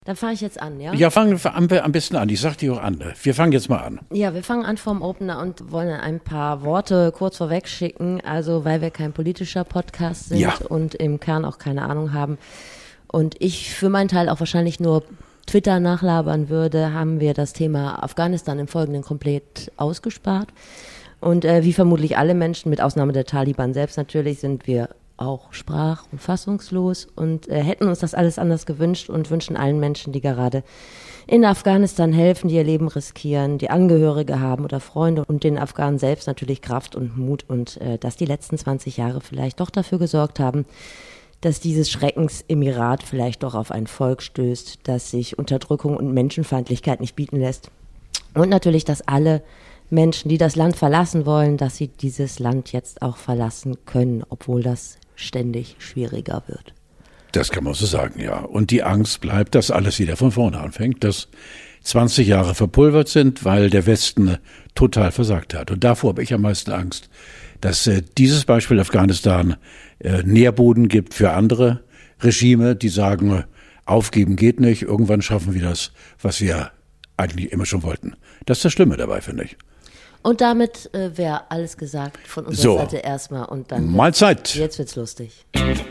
Dann fange ich jetzt an, ja? Ja, fangen wir am besten an. Ich sag dir auch an. Wir fangen jetzt mal an. Ja, wir fangen an vom Opener und wollen ein paar Worte kurz vorweg schicken. Also, weil wir kein politischer Podcast sind und im Kern auch keine Ahnung haben. Und ich für meinen Teil auch wahrscheinlich nur Twitter nachlabern würde, haben wir das Thema Afghanistan im Folgenden komplett ausgespart. Und wie vermutlich alle Menschen, mit Ausnahme der Taliban selbst natürlich, sind wir auch sprach- und fassungslos und hätten uns das alles anders gewünscht und wünschen allen Menschen, die gerade in Afghanistan helfen, die ihr Leben riskieren, die Angehörige haben oder Freunde und den Afghanen selbst natürlich Kraft und Mut und dass die letzten 20 Jahre vielleicht doch dafür gesorgt haben, dass dieses Schreckensemirat vielleicht doch auf ein Volk stößt, das sich Unterdrückung und Menschenfeindlichkeit nicht bieten lässt. Und natürlich, dass alle Menschen, die das Land verlassen wollen, dass sie dieses Land jetzt auch verlassen können, obwohl das ständig schwieriger wird. Das kann man so sagen, ja. Und die Angst bleibt, dass alles wieder von vorne anfängt, dass 20 Jahre verpulvert sind, weil der Westen total versagt hat. Und davor habe ich am meisten Angst, dass dieses Beispiel Afghanistan Nährboden gibt für andere Regime, die sagen, aufgeben geht nicht, irgendwann schaffen wir das, was wir eigentlich immer schon wollten. Das ist das Schlimme dabei, finde ich. Und damit wäre alles gesagt von unserer Seite erstmal. Und dann Mahlzeit. Jetzt wird's lustig.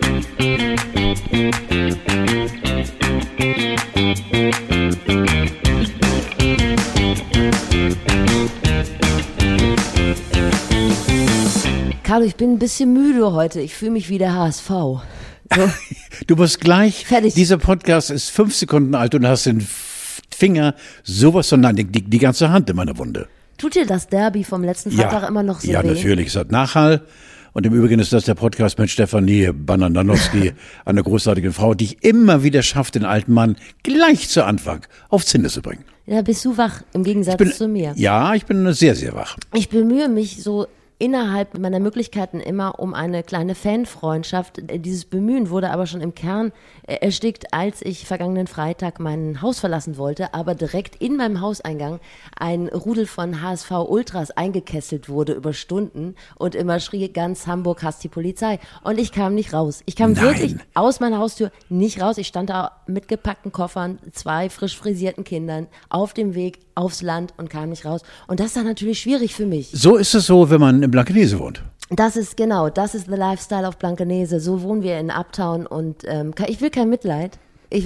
Carlo, ich bin ein bisschen müde heute. Ich fühle mich wie der HSV. So. Du musst gleich, fertig. Dieser Podcast ist 5 Sekunden alt und hast den Finger sowas von, die ganze Hand in meiner Wunde. Tut dir das Derby vom letzten Freitag immer noch so weh? Ja, natürlich. Es hat Nachhall. Und im Übrigen ist das der Podcast mit Stefanie Banandanowski, einer großartigen Frau, die ich immer wieder schafft, den alten Mann gleich zu Anfang auf Zinne zu bringen. Ja, bist du wach, im Gegensatz zu mir. Ja, ich bin sehr, sehr wach. Ich bemühe mich so innerhalb meiner Möglichkeiten immer um eine kleine Fanfreundschaft. Dieses Bemühen wurde aber schon im Kern erstickt, als ich vergangenen Freitag mein Haus verlassen wollte, aber direkt in meinem Hauseingang ein Rudel von HSV-Ultras eingekesselt wurde über Stunden und immer schrie, ganz Hamburg hasst die Polizei. Und ich kam nicht raus. Ich kam wirklich aus meiner Haustür nicht raus. Ich stand da mit gepackten Koffern, 2 frisch frisierten Kindern auf dem Weg aufs Land und kam nicht raus. Und das ist dann natürlich schwierig für mich. So ist es so, wenn man in Blankenese wohnt. Das ist the Lifestyle auf Blankenese. So wohnen wir in Uptown und ich will kein Mitleid. Ich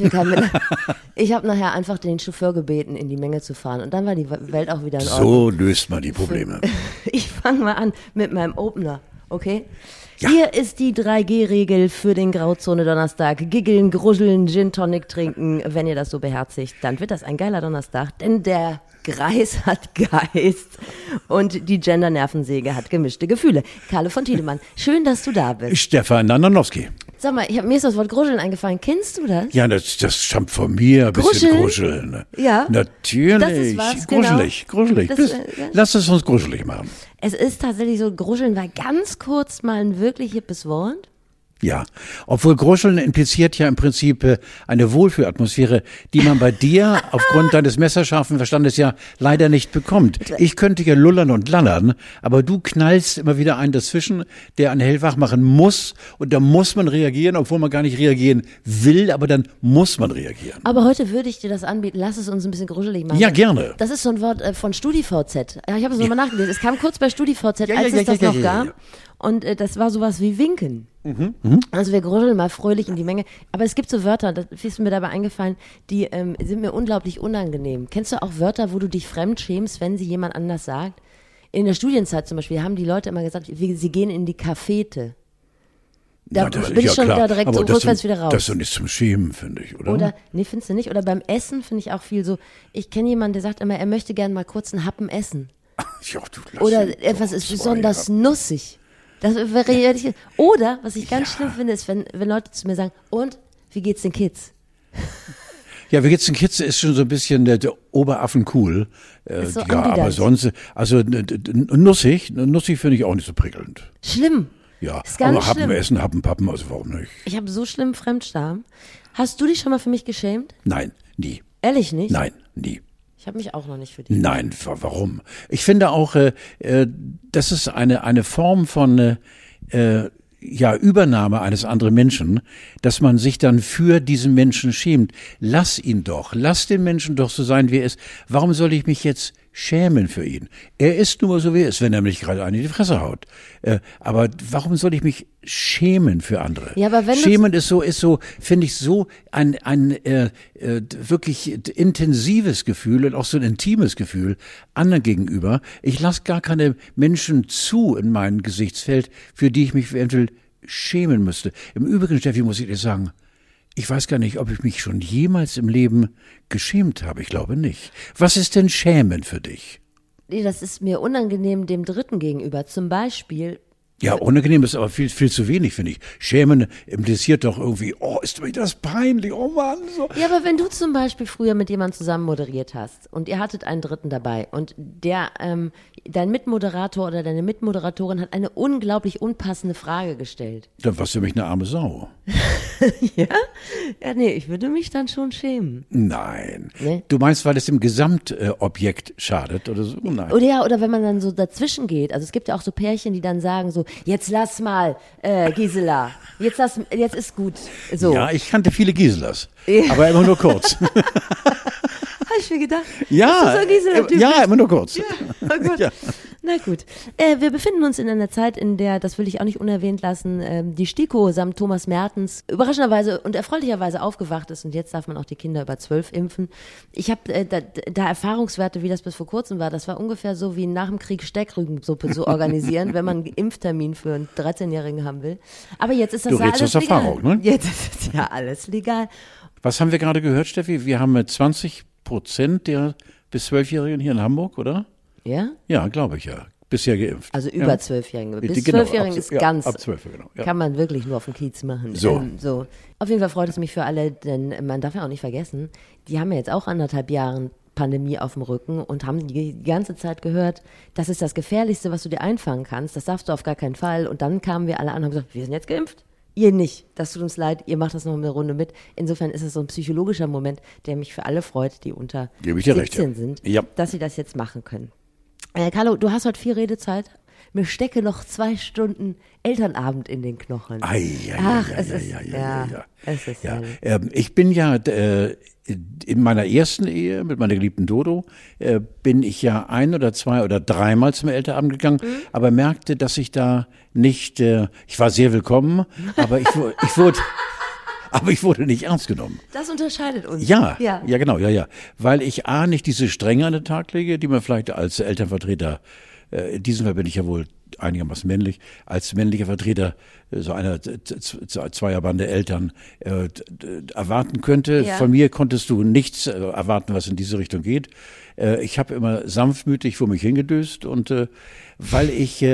habe nachher einfach den Chauffeur gebeten, in die Menge zu fahren und dann war die Welt auch wieder in Ordnung. So löst man die Probleme. Ich fange mal an mit meinem Opener, okay? Ja. Hier ist die 3G-Regel für den Grauzone-Donnerstag. Giggeln, gruscheln, Gin Tonic trinken. Wenn ihr das so beherzigt, dann wird das ein geiler Donnerstag, denn der Greis hat Geist und die Gender-Nervensäge hat gemischte Gefühle. Carlo von Tiedemann, schön, dass du da bist. Stefan Nandanowski. Sag mal, mir ist das Wort Gruscheln eingefallen. Kennst du das? Ja, das stammt von mir, ein bisschen Gruscheln. Ja. Natürlich. Das ist was, gruschelig. Lass es uns gruschelig machen. Es ist tatsächlich so, Gruscheln war ganz kurz mal ein wirklich hippes Wort. Ja, obwohl Gruscheln impliziert ja im Prinzip eine Wohlfühlatmosphäre, die man bei dir aufgrund deines messerscharfen Verstandes ja leider nicht bekommt. Ich könnte ja lullern und lallern, aber du knallst immer wieder einen dazwischen, der einen hellwach machen muss und da muss man reagieren, obwohl man gar nicht reagieren will, aber dann muss man reagieren. Aber heute würde ich dir das anbieten, lass es uns ein bisschen gruschelig machen. Ja, gerne. Das ist so ein Wort von StudiVZ. Ja, ich habe es nochmal nachgelesen. Es kam kurz bei StudiVZ, als es das noch gab. Ja. Und das war sowas wie winken. Also wir gruscheln mal fröhlich in die Menge. Aber es gibt so Wörter, das ist mir dabei eingefallen, die sind mir unglaublich unangenehm. Kennst du auch Wörter, wo du dich fremd schämst, wenn sie jemand anders sagt? In der Studienzeit zum Beispiel haben die Leute immer gesagt, sie gehen in die Cafete. Da bin ich schon da direkt so rückwärts wieder raus. Das ist doch nicht zum Schämen, finde ich, oder? Nee, findest du nicht? Oder beim Essen finde ich auch viel so, ich kenne jemanden, der sagt immer, er möchte gerne mal kurz einen Happen essen. Ja, oder etwas ist besonders nussig. Das wäre oder, was ich ganz schlimm finde, ist, wenn Leute zu mir sagen, und, wie geht's den Kids? Ja, wie geht's den Kids ist schon so ein bisschen der Oberaffen cool. So ja, aber sonst, also nussig finde ich auch nicht so prickelnd. Schlimm. Ja, ist ganz aber Happen schlimm. essen, Happen pappen, also warum nicht? Ich habe so schlimm Fremdscham. Hast du dich schon mal für mich geschämt? Nein, nie. Ehrlich nicht? Nein, nie. Ich habe mich auch noch nicht für dich. Nein, warum? Ich finde auch, das ist eine Form von Übernahme eines anderen Menschen, dass man sich dann für diesen Menschen schämt. Lass ihn doch, lass den Menschen doch so sein, wie er ist. Warum soll ich mich jetzt schämen für ihn? Er ist nun mal so, wie er ist, wenn er mich gerade einen in die Fresse haut. Aber warum soll ich mich schämen für andere? Ja, aber wenn Schämen ist so, finde ich, so ein wirklich intensives Gefühl und auch so ein intimes Gefühl anderen gegenüber. Ich lasse gar keine Menschen zu in mein Gesichtsfeld, für die ich mich eventuell schämen müsste. Im Übrigen, Steffi, muss ich dir sagen, ich weiß gar nicht, ob ich mich schon jemals im Leben geschämt habe. Ich glaube nicht. Was ist denn Schämen für dich? Nee, das ist mir unangenehm dem Dritten gegenüber. Zum Beispiel. Ja, unangenehm ist aber viel zu wenig, finde ich. Schämen impliziert doch irgendwie, oh, ist mir das peinlich, oh Mann. So. Ja, aber wenn du zum Beispiel früher mit jemandem zusammen moderiert hast und ihr hattet einen Dritten dabei und dein Mitmoderator oder deine Mitmoderatorin hat eine unglaublich unpassende Frage gestellt. Dann warst du mich eine arme Sau. Ja? Ja, nee, ich würde mich dann schon schämen. Nein. Nee? Du meinst, weil es dem Gesamtobjekt schadet oder so? Nein. Oder wenn man dann so dazwischen geht. Also es gibt ja auch so Pärchen, die dann sagen so, jetzt lass mal, Gisela, jetzt ist gut. So. Ja, ich kannte viele Giselas, Ja. aber immer nur kurz. Habe ich mir gedacht. Ja, Bist du so Gisela-Typ? ja, immer nur kurz. Ja, oh Gott. Ja. Na gut. Wir befinden uns in einer Zeit, in der, das will ich auch nicht unerwähnt lassen, die STIKO samt Thomas Mertens überraschenderweise und erfreulicherweise aufgewacht ist und jetzt darf man auch die Kinder über 12 impfen. Ich habe da Erfahrungswerte, wie das bis vor kurzem war. Das war ungefähr so wie nach dem Krieg Steckrübensuppe so organisieren, wenn man einen Impftermin für einen 13-Jährigen haben will. Aber jetzt ist das Du ja redest alles aus legal. Erfahrung, ne? Jetzt ist es ja alles legal. Was haben wir gerade gehört, Steffi? Wir haben 20% der bis 12-Jährigen hier in Hamburg, oder? Ja? Ja, glaube ich ja. Bisher geimpft. Also über 12-Jährige. Bis Genau, 12-Jährigen ist ganz, ab 12, genau. Ja. kann man wirklich nur auf dem Kiez machen. So. So. Auf jeden Fall freut es mich für alle, denn man darf ja auch nicht vergessen, die haben ja jetzt auch 1,5 Jahre Pandemie auf dem Rücken und haben die ganze Zeit gehört, das ist das Gefährlichste, was du dir einfangen kannst, das darfst du auf gar keinen Fall. Und dann kamen wir alle an und haben gesagt, wir sind jetzt geimpft. Ihr nicht. Das tut uns leid, ihr macht das noch eine Runde mit. Insofern ist es so ein psychologischer Moment, der mich für alle freut, die unter Gebe ich dir 17 recht, ja. sind, Ja. dass sie das jetzt machen können. Carlo, du hast heute viel Redezeit. Mir stecke noch 2 Stunden Elternabend in den Knochen. Es ist herrlich. Ich bin ja in meiner ersten Ehe mit meiner geliebten Dodo bin ich ja 1 oder 2 oder 3 Mal zum Elternabend gegangen, aber merkte, dass ich da nicht, ich war sehr willkommen, aber ich wurde nicht ernst genommen. Das unterscheidet uns. Ja, genau. Weil ich nicht diese Strenge an den Tag lege, die man vielleicht als Elternvertreter, in diesem Fall bin ich ja wohl einigermaßen männlich, als männlicher Vertreter so einer Zweierbande Eltern erwarten könnte. Ja. Von mir konntest du nichts erwarten, was in diese Richtung geht. Ich habe immer sanftmütig vor mich hingedöst und weil ich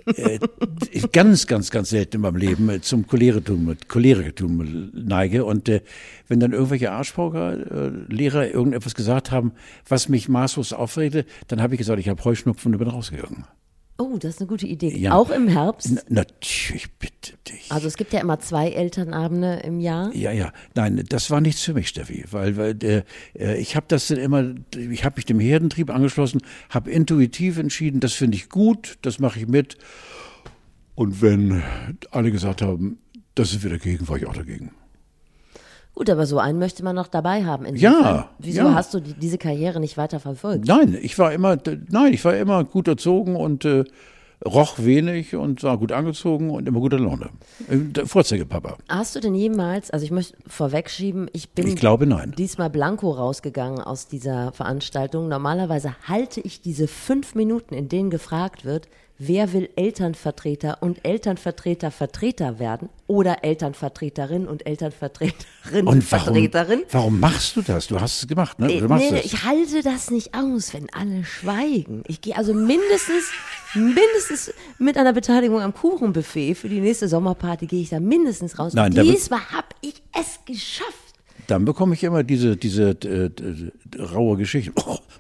ganz selten in meinem Leben zum Cholerikertum neige und wenn dann irgendwelche Arschpauker, Lehrer irgendetwas gesagt haben, was mich maßlos aufregte, dann habe ich gesagt, ich habe Heuschnupfen und bin rausgegangen. Oh, das ist eine gute Idee. Ja. Auch im Herbst? Natürlich, bitte dich. Also es gibt ja immer 2 Elternabende im Jahr. Ja. Nein, das war nichts für mich, Steffi, weil ich habe das dann immer, ich habe mich dem Herdentrieb angeschlossen, habe intuitiv entschieden, das finde ich gut, das mache ich mit. Und wenn alle gesagt haben, das ist wieder dagegen, war ich auch dagegen. Gut, aber so einen möchte man noch dabei haben. Insofern, wieso hast du diese Karriere nicht weiter verfolgt? Nein, ich war immer gut erzogen und roch wenig und war gut angezogen und immer guter Laune. Vorzeigepapa. Hast du denn jemals, also ich möchte vorwegschieben, ich glaube, nein. Diesmal blanko rausgegangen aus dieser Veranstaltung. Normalerweise halte ich diese 5 Minuten, in denen gefragt wird, wer will Elternvertreter und Elternvertreter werden oder Elternvertreterin und Elternvertreterin und Vertreterin. Warum machst du das? Du hast es gemacht, ne? Du machst das. Ich halte das nicht aus, wenn alle schweigen. Ich gehe also mindestens mit einer Beteiligung am Kuchenbuffet für die nächste Sommerparty gehe ich da mindestens raus. Nein, diesmal habe ich es geschafft. Dann bekomme ich immer diese raue Geschichte.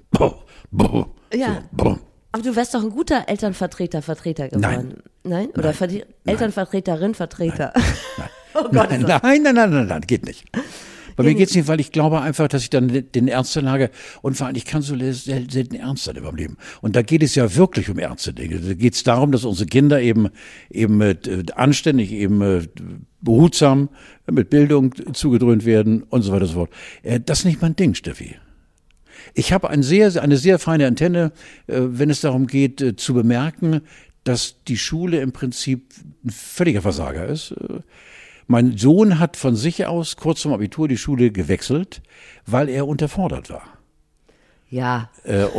Ja. So, Aber du wärst doch ein guter Elternvertreter geworden. Nein? Oder Nein. Elternvertreterin, Vertreter. Nein. Oh Gott. Nein, geht nicht. Bei mir geht's nicht, weil ich glaube einfach, dass ich dann den Ärztelage und vor allem, ich kann so selten ernst sein in meinem Leben. Und da geht es ja wirklich um Ärzte-Dinge. Da geht's darum, dass unsere Kinder eben anständig, behutsam mit Bildung zugedröhnt werden und so weiter und so fort. Das ist nicht mein Ding, Steffi. Ich habe eine sehr feine Antenne, wenn es darum geht, zu bemerken, dass die Schule im Prinzip ein völliger Versager ist. Mein Sohn hat von sich aus kurz zum Abitur die Schule gewechselt, weil er unterfordert war. Ja.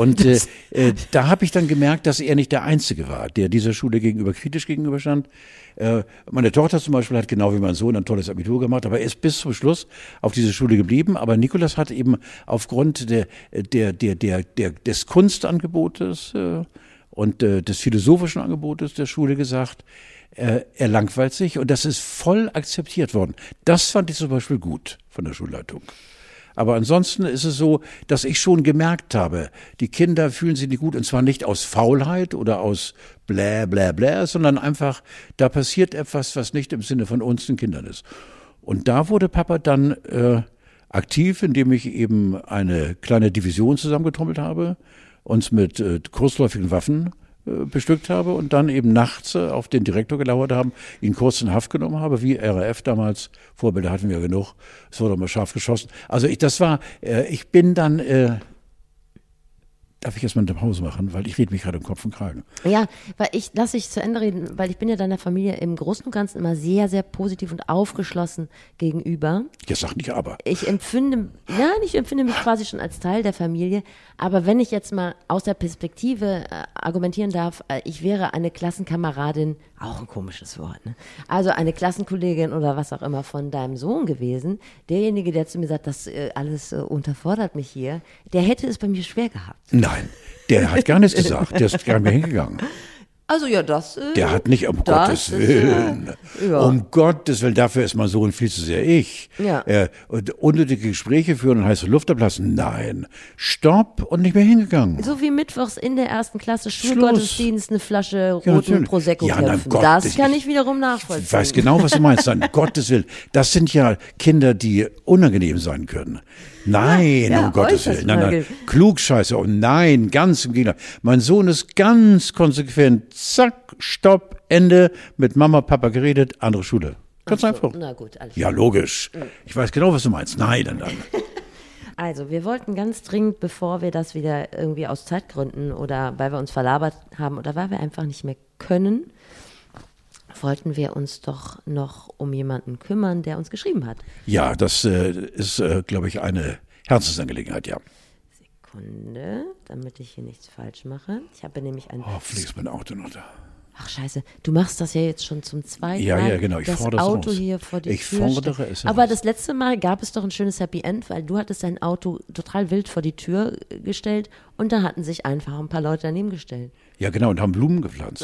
Da habe ich dann gemerkt, dass er nicht der Einzige war, der dieser Schule kritisch gegenüberstand. Meine Tochter zum Beispiel hat genau wie mein Sohn ein tolles Abitur gemacht, aber er ist bis zum Schluss auf dieser Schule geblieben. Aber Nikolas hat eben aufgrund des Kunstangebotes und des philosophischen Angebotes der Schule gesagt, er langweilt sich, und das ist voll akzeptiert worden. Das fand ich zum Beispiel gut von der Schulleitung. Aber ansonsten ist es so, dass ich schon gemerkt habe, die Kinder fühlen sich nicht gut, und zwar nicht aus Faulheit oder aus blä, blä, blä, sondern einfach, da passiert etwas, was nicht im Sinne von uns, den Kindern ist. Und da wurde Papa dann aktiv, indem ich eben eine kleine Division zusammengetrommelt habe, uns mit kurzläufigen Waffen bestückt habe und dann eben nachts auf den Direktor gelauert haben, ihn kurz in Haft genommen habe, wie RAF damals. Vorbilder hatten wir genug. Es wurde mal scharf geschossen. Also ich bin dann, darf ich erstmal eine Pause machen, weil ich rede mich gerade im Kopf und Kragen. Ja, weil lass ich zu Ende reden, weil ich bin ja deiner Familie im Großen und Ganzen immer sehr, sehr positiv und aufgeschlossen gegenüber. Jetzt sag nicht aber. Ich empfinde mich quasi schon als Teil der Familie, aber wenn ich jetzt mal aus der Perspektive argumentieren darf, ich wäre eine Klassenkameradin, auch ein komisches Wort, ne? Also eine Klassenkollegin oder was auch immer von deinem Sohn gewesen, derjenige, der zu mir sagt, das alles unterfordert mich hier, der hätte es bei mir schwer gehabt. Nein, der hat gar nichts gesagt, der ist gar nicht mehr hingegangen. Also ja, das... Der hat nicht, um Gottes Willen, um Gottes Willen, dafür ist mein Sohn viel zu sehr ich. Ja. Unnötige Gespräche führen und heiße Luft ablassen, nein, stopp, und nicht mehr hingegangen. So wie mittwochs in der 1. Klasse Schulgottesdienst eine Flasche roten Prosecco kämpfen. Gott, das kann ich wiederum nachvollziehen. Ich weiß genau, was du meinst, um Gottes Willen. Das sind ja Kinder, die unangenehm sein können. Nein, um Gottes Willen. Nein, Klugscheiße. Oh nein, ganz im Gegenteil. Mein Sohn ist ganz konsequent, zack, stopp, Ende, mit Mama, Papa geredet, andere Schule. Ganz einfach. Na gut, alles ja, logisch. Ich weiß genau, was du meinst. Nein. Also, wir wollten ganz dringend, bevor wir das wieder irgendwie aus Zeitgründen oder weil wir uns verlabert haben oder weil wir einfach nicht mehr können, wollten wir uns doch noch um jemanden kümmern, der uns geschrieben hat. Ja, das ist, glaube ich, eine Herzensangelegenheit, ja. Sekunde, damit ich hier nichts falsch mache. Ich habe nämlich ein... fliegst mein Auto noch da. Ach scheiße, du machst das ja jetzt schon zum zweiten Mal. Ja, genau, ich fordere es das Auto raus. Hier vor die ich Tür fordere es Aber raus. das letzte Mal gab es doch ein schönes Happy End, weil du hattest dein Auto total wild vor die Tür gestellt und da hatten sich einfach ein paar Leute daneben gestellt. Ja, genau, und haben Blumen gepflanzt.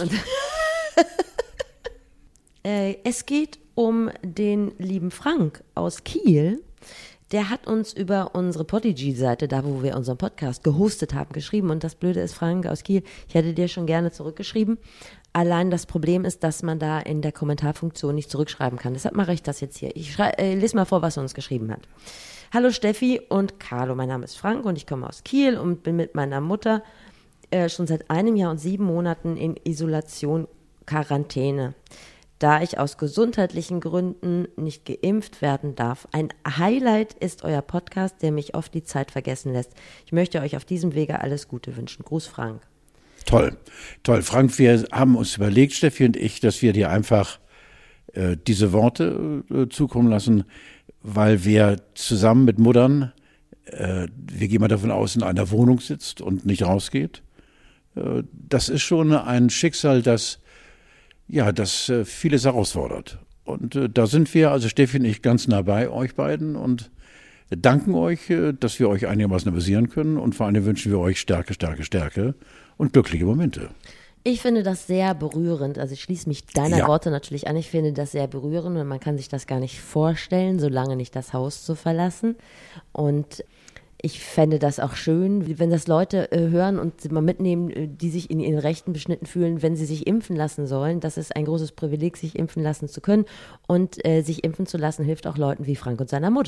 Es geht um den lieben Frank aus Kiel. Der hat uns über unsere Podigy-Seite, da wo wir unseren Podcast gehostet haben, geschrieben. Und das Blöde ist, Frank aus Kiel, ich hätte dir schon gerne zurückgeschrieben. Allein das Problem ist, dass man da in der Kommentarfunktion nicht zurückschreiben kann. Deshalb mache ich das jetzt hier. Ich lese mal vor, was er uns geschrieben hat. Hallo Steffi und Carlo, mein Name ist Frank und ich komme aus Kiel und bin mit meiner Mutter schon seit 1 Jahr und 7 Monaten in Isolation, Quarantäne, da ich aus gesundheitlichen Gründen nicht geimpft werden darf. Ein Highlight ist euer Podcast, der mich oft die Zeit vergessen lässt. Ich möchte euch auf diesem Wege alles Gute wünschen. Gruß, Frank. Toll. Frank, wir haben uns überlegt, Steffi und ich, dass wir dir einfach diese Worte zukommen lassen, weil wir zusammen mit Muttern, wir gehen mal davon aus, in einer Wohnung sitzt und nicht rausgeht. Das ist schon ein Schicksal, das vieles herausfordert. Und da sind wir, also Steffi und ich, ganz nah bei euch beiden und danken euch, dass wir euch einigermaßen amüsieren können und vor allem wünschen wir euch Stärke, Stärke, Stärke und glückliche Momente. Ich finde das sehr berührend, also ich schließe mich deiner Worte natürlich an, ich finde das sehr berührend und man kann sich das gar nicht vorstellen, so lange nicht das Haus zu verlassen und ich fände das auch schön, wenn das Leute hören und sie mal mitnehmen, die sich in ihren Rechten beschnitten fühlen, wenn sie sich impfen lassen sollen. Das ist ein großes Privileg, sich impfen lassen zu können. Und sich impfen zu lassen, hilft auch Leuten wie Frank und seiner Mutter.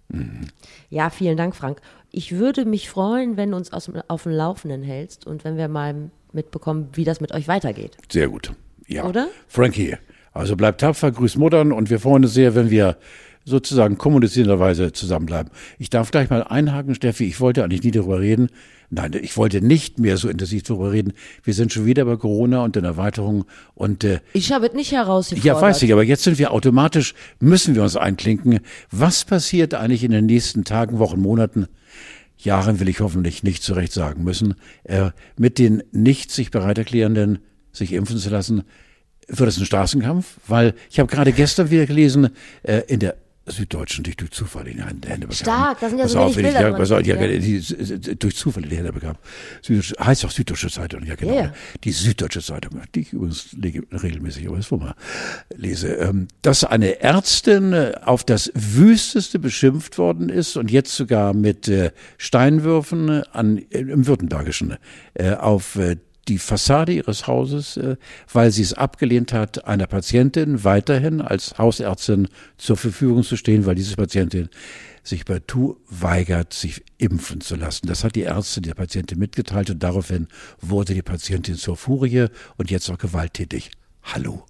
Ja, vielen Dank, Frank. Ich würde mich freuen, wenn du uns auf dem Laufenden hältst und wenn wir mal mitbekommen, wie das mit euch weitergeht. Sehr gut. Ja. Oder? Frankie, also bleibt tapfer, grüß Muttern und wir freuen uns sehr, wenn wir sozusagen kommunizierenderweise zusammenbleiben. Ich darf gleich mal einhaken, Steffi, ich wollte eigentlich nie darüber reden. Nein, ich wollte nicht mehr so intensiv darüber reden. Wir sind schon wieder bei Corona und den Erweiterungen und ich habe es nicht herausgefordert. Ja, weiß ich, aber jetzt sind wir automatisch, müssen wir uns einklinken. Was passiert eigentlich in den nächsten Tagen, Wochen, Monaten, Jahren, will ich hoffentlich nicht zu Recht sagen müssen, mit den nicht sich bereit erklärenden, sich impfen zu lassen? Wird es ein Straßenkampf? Weil ich habe gerade gestern wieder gelesen, in der Süddeutschen, die ich durch Zufall in die Hände bekam. Stark, da sind ja so wenig Bilder drin. Die durch Zufall in die Hände bekam. Heißt auch Süddeutsche Zeitung, ja genau. Yeah. Die Süddeutsche Zeitung, die ich übrigens regelmäßig mal lese, dass eine Ärztin auf das Wüsteste beschimpft worden ist und jetzt sogar mit Steinwürfen im Württembergischen auf die Fassade ihres Hauses, weil sie es abgelehnt hat, einer Patientin weiterhin als Hausärztin zur Verfügung zu stehen, weil diese Patientin sich partout weigert, sich impfen zu lassen. Das hat die Ärztin der Patientin mitgeteilt und daraufhin wurde die Patientin zur Furie und jetzt auch gewalttätig. Hallo?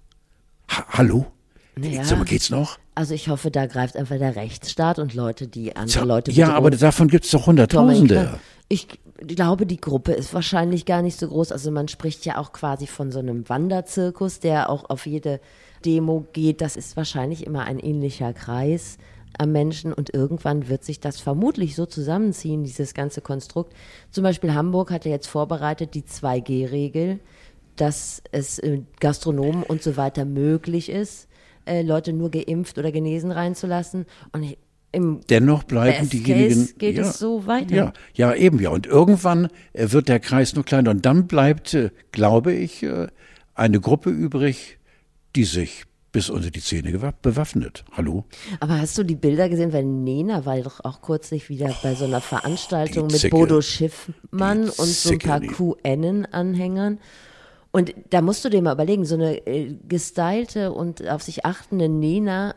Hallo? Naja, so, geht's noch? Also ich hoffe, da greift einfach der Rechtsstaat und Leute, die andere Leute bedrohen. Ja, aber davon gibt's doch Hunderttausende. Ich glaube, die Gruppe ist wahrscheinlich gar nicht so groß. Also man spricht ja auch quasi von so einem Wanderzirkus, der auch auf jede Demo geht. Das ist wahrscheinlich immer ein ähnlicher Kreis am Menschen und irgendwann wird sich das vermutlich so zusammenziehen, dieses ganze Konstrukt. Zum Beispiel Hamburg hat ja jetzt vorbereitet die 2G-Regel, dass es Gastronomen und so weiter möglich ist, Leute nur geimpft oder genesen reinzulassen. Und dennoch bleiben diejenigen. Geht es so weiter? Ja, eben ja. Und irgendwann wird der Kreis nur kleiner. Und dann bleibt, glaube ich, eine Gruppe übrig, die sich bis unter die Zähne bewaffnet. Hallo? Aber hast du die Bilder gesehen? Weil Nena war doch auch kürzlich wieder bei so einer Veranstaltung mit Bodo Schiffmann und so ein paar QN-Anhängern. Und da musst du dir mal überlegen, so eine gestylte und auf sich achtende Nena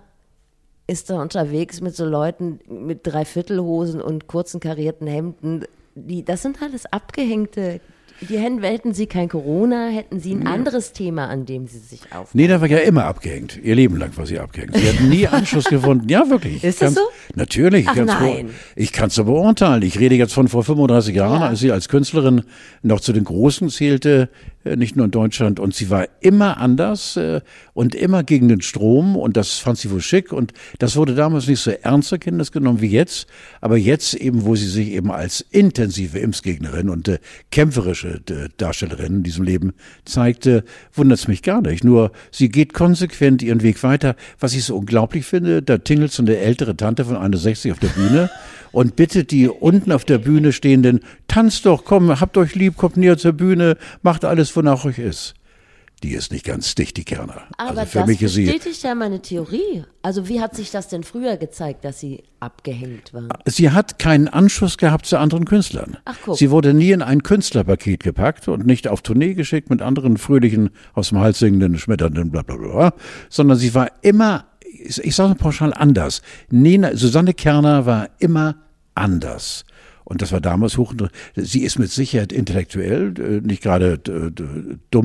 ist da unterwegs mit so Leuten mit Dreiviertelhosen und kurzen karierten Hemden. Das sind alles abgehängte. Hätten sie kein Corona, hätten sie ein anderes Thema, an dem sie sich aufhalten. Nena war ja immer abgehängt. Ihr Leben lang war sie abgehängt. Sie hat nie Anschluss gefunden. Ja, wirklich. Ist das so? Natürlich. Ach, nein. Ich kann es so beurteilen. Ich rede jetzt von vor 35 Jahren, als sie als Künstlerin noch zu den Großen zählte, nicht nur in Deutschland. Und sie war immer anders und immer gegen den Strom. Und das fand sie wohl schick. Und das wurde damals nicht so ernst zur Kenntnis genommen wie jetzt. Aber jetzt eben, wo sie sich eben als intensive Impfgegnerin und kämpferische Darstellerin in diesem Leben zeigte, wundert es mich gar nicht. Nur sie geht konsequent ihren Weg weiter. Was ich so unglaublich finde, da tingelt so eine ältere Tante von 61 auf der Bühne und bittet die unten auf der Bühne stehenden, tanzt doch, komm, habt euch lieb, kommt näher zur Bühne, macht alles, wonach euch ist. Die ist nicht ganz dicht, die Kerner. Aber also für das mich ist bestätigt ja meine Theorie. Also wie hat sich das denn früher gezeigt, dass sie abgehängt war? Sie hat keinen Anschluss gehabt zu anderen Künstlern. Ach, guck. Sie wurde nie in ein Künstlerpaket gepackt und nicht auf Tournee geschickt mit anderen fröhlichen, aus dem Hals singenden, schmetternden, bla bla bla, sondern sie war immer, ich sage pauschal, anders. Susanne Kerner war immer anders. Und das war damals sie ist mit Sicherheit intellektuell, nicht gerade dumm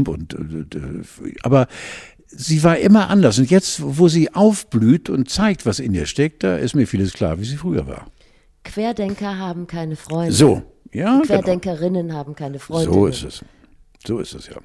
aber sie war immer anders. Und jetzt, wo sie aufblüht und zeigt, was in ihr steckt, da ist mir vieles klar, wie sie früher war. Querdenker haben keine Freunde. So, ja. Querdenkerinnen haben keine Freunde. So ist es. So ist es, ja.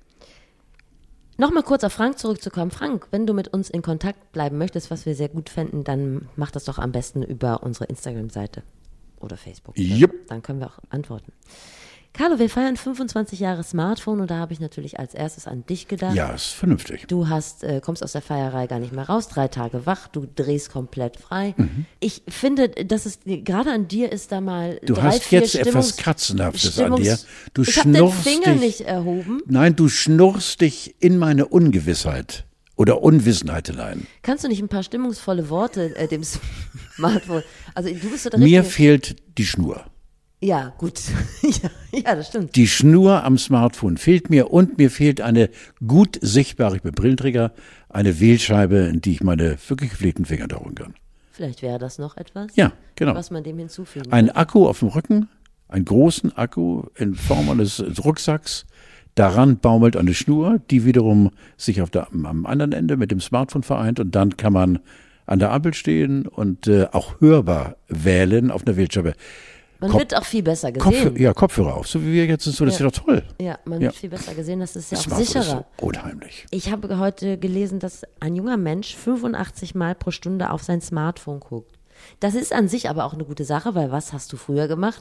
Nochmal kurz auf Frank zurückzukommen. Frank, wenn du mit uns in Kontakt bleiben möchtest, was wir sehr gut fänden, dann mach das doch am besten über unsere Instagram-Seite. Oder Facebook. Yep. Dann können wir auch antworten. Carlo, wir feiern 25 Jahre Smartphone und da habe ich natürlich als erstes an dich gedacht. Ja, ist vernünftig. Du kommst aus der Feierei gar nicht mehr raus, 3 Tage wach, du drehst komplett frei. Ich finde, dass es gerade an dir ist da mal Du hast jetzt etwas Katzenhaftes an dir. Ich habe den Finger nicht erhoben. Nein, du schnurrst dich in meine Ungewissheit. Oder Unwissenheit hinein. Kannst du nicht ein paar stimmungsvolle Worte dem Smartphone? Also du bist so der Mir fehlt die Schnur. Ja, gut. ja, das stimmt. Die Schnur am Smartphone fehlt mir und mir fehlt eine gut sichtbare, ich bin Brillenträger, eine Wählscheibe, in die ich meine wirklich gepflegten Finger tauchen kann. Vielleicht wäre das noch etwas, Ja, genau. was man dem hinzufügen Ein kann. Akku auf dem Rücken, einen großen Akku in Form eines Rucksacks. Daran baumelt eine Schnur, die wiederum sich am anderen Ende mit dem Smartphone vereint. Und dann kann man an der Ampel stehen und auch hörbar wählen auf einer Wählscheibe. Man wird auch viel besser gesehen. Kopfhörer auf, so wie wir jetzt sind, so, das ist doch toll. Ja, man wird viel besser gesehen, das ist ja auch Smartphone sicherer. ist so unheimlich. Ich habe heute gelesen, dass ein junger Mensch 85 Mal pro Stunde auf sein Smartphone guckt. Das ist an sich aber auch eine gute Sache, weil was hast du früher gemacht?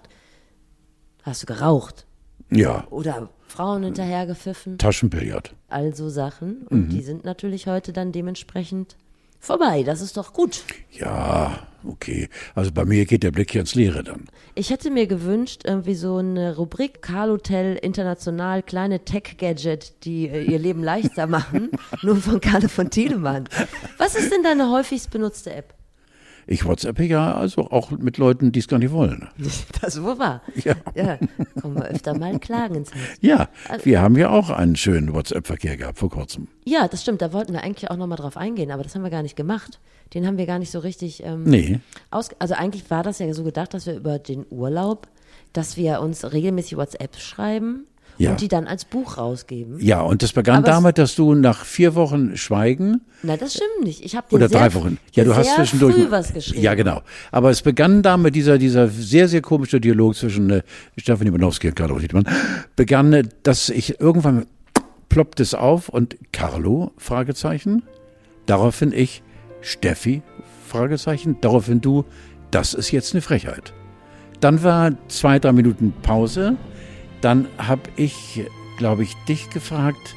Hast du geraucht? Ja. Oder Frauen hinterhergepfiffen? Taschenbillard. Also Sachen. Und die sind natürlich heute dann dementsprechend vorbei. Das ist doch gut. Ja, okay. Also bei mir geht der Blick hier ins Leere dann. Ich hätte mir gewünscht, irgendwie so eine Rubrik Karl Hotel International, kleine Tech-Gadget, die ihr Leben leichter machen, nur von Karl von Tiedemann. Was ist denn deine häufigst benutzte App? Ich WhatsAppe ja also auch mit Leuten, die es gar nicht wollen. Das wohl wahr. Ja. Ja, kommen wir öfter mal Klagen ins Haus. Ja, wir haben ja auch einen schönen WhatsApp-Verkehr gehabt vor kurzem. Ja, das stimmt. Da wollten wir eigentlich auch nochmal drauf eingehen, aber das haben wir gar nicht gemacht. Den haben wir gar nicht so richtig Nee. Also eigentlich war das ja so gedacht, dass wir über den Urlaub, dass wir uns regelmäßig WhatsApp schreiben Ja. und die dann als Buch rausgeben. Ja, und das begann Aber damit, dass du nach 4 Wochen Schweigen Nein, das stimmt nicht. Ich habe dir oder sehr 3 Wochen. Ja, du hast sehr zwischendurch. früh was geschrieben. Ja, genau. Aber es begann damit, dieser sehr, sehr komische Dialog zwischen Stefanie Banowski und Carlo Tiedemann, begann, dass ich irgendwann ploppt es auf und Carlo, Fragezeichen. Daraufhin ich, Steffi, Fragezeichen. Daraufhin du, das ist jetzt eine Frechheit. Dann war 2, 3 Minuten Pause. Dann habe ich, glaube ich, dich gefragt,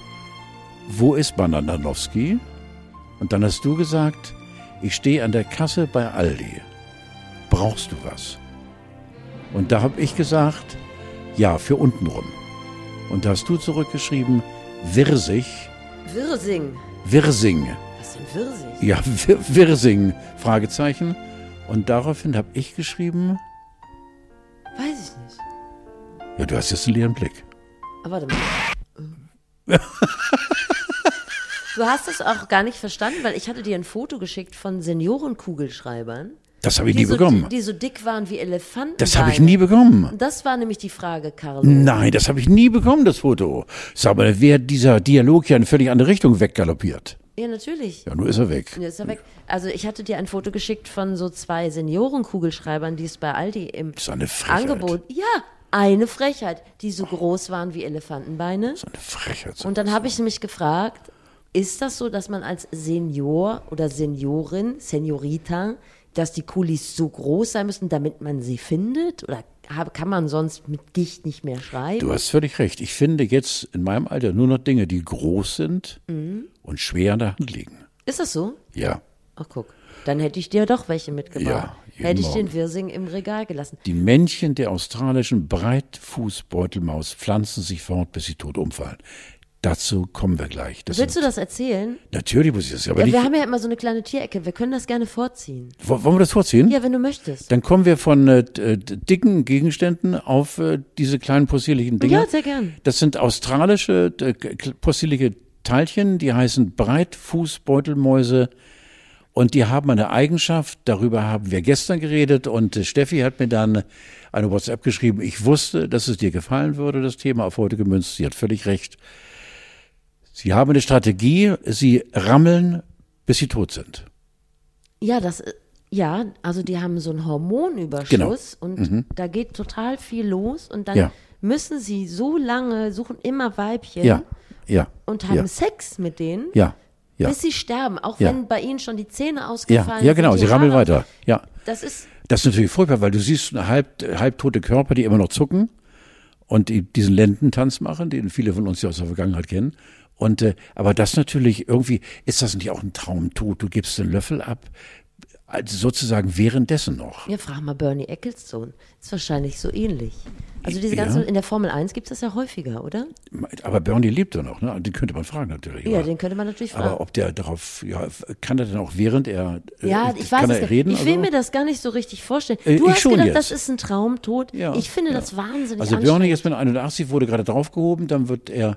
wo ist Bananowski? Und dann hast du gesagt, ich stehe an der Kasse bei Aldi. Brauchst du was? Und da habe ich gesagt, ja, für untenrum. Und da hast du zurückgeschrieben, Wirsig. Wirsing. Wirsing. Was ist denn Wirsing? Ja, Wirsing, Fragezeichen. Und daraufhin habe ich geschrieben, Weiß ich nicht. ja, du hast jetzt einen leeren Blick. Aber warte mal. Du hast das auch gar nicht verstanden, weil ich hatte dir ein Foto geschickt von Seniorenkugelschreibern. Das habe ich nie bekommen. Die so dick waren wie Elefanten. Das habe ich nie bekommen. Das war nämlich die Frage, Carlo. Nein, das habe ich nie bekommen, das Foto. Sag mal, wäre dieser Dialog ja in völlig andere Richtung weggaloppiert. Ja, natürlich. Ja, nur ist er weg. Ja, ist er weg. Also ich hatte dir ein Foto geschickt von so 2 Seniorenkugelschreibern, die es bei Aldi im Das ist eine Frechheit. Angebot. Ja, eine Frechheit, die so groß waren wie Elefantenbeine. Das ist eine Frechheit. Und dann habe ich mich gefragt, ist das so, dass man als Senior oder Seniorin, Seniorita, dass die Kulis so groß sein müssen, damit man sie findet? Oder kann man sonst mit Gicht nicht mehr schreiben? Du hast völlig recht. Ich finde jetzt in meinem Alter nur noch Dinge, die groß sind und schwer in der Hand liegen. Ist das so? Ja. Ach, guck. Dann hätte ich dir doch welche mitgebracht. Ja, jeden hätte ich Morgen. den Wirsing im Regal gelassen. Die Männchen der australischen Breitfußbeutelmaus pflanzen sich fort, bis sie tot umfallen. Dazu kommen wir gleich. Willst du das erzählen? Natürlich muss ich das, aber Ja, nicht. wir haben ja immer so eine kleine Tierecke. Wir können das gerne vorziehen. Wollen wir das vorziehen? Ja, wenn du möchtest. Dann kommen wir von dicken Gegenständen auf diese kleinen possierlichen Dinger. Ja, sehr gern. Das sind australische possierliche Teilchen, die heißen Breitfußbeutelmäuse. Und die haben eine Eigenschaft, darüber haben wir gestern geredet. Und Steffi hat mir dann eine WhatsApp geschrieben. Ich wusste, dass es dir gefallen würde, das Thema auf heute gemünzt. Sie hat völlig recht. Sie haben eine Strategie, sie rammeln, bis sie tot sind. Ja, also die haben so einen Hormonüberschuss und da geht total viel los und dann müssen sie so lange, suchen immer Weibchen und haben Sex mit denen, bis sie sterben, auch wenn bei ihnen schon die Zähne ausgefallen sind. Ja, genau, die sie rammeln Haare. weiter. Ja. Das ist natürlich furchtbar, weil du siehst halbtote Körper, die immer noch zucken und die diesen Lendentanz machen, den viele von uns ja aus der Vergangenheit kennen. Und aber das natürlich irgendwie, ist das nicht auch ein Traumtod? Du gibst den Löffel ab, also sozusagen währenddessen noch. Ja, frag mal Bernie Ecclestone. Ist wahrscheinlich so ähnlich. Also diese ganzen, in der Formel 1 gibt es das ja häufiger, oder? Aber Bernie lebt ja noch, ne? Den könnte man fragen natürlich. Ja, den könnte man natürlich fragen. Aber ob der darauf, kann er denn auch während er, ja, ich weiß kann es er nicht. reden? Ich will also? mir das gar nicht so richtig vorstellen. Ich Du hast schon gedacht, jetzt. das ist ein Traumtod. Ja, Ich finde das wahnsinnig Also anstrengend. Bernie jetzt mit 81 wurde gerade draufgehoben, dann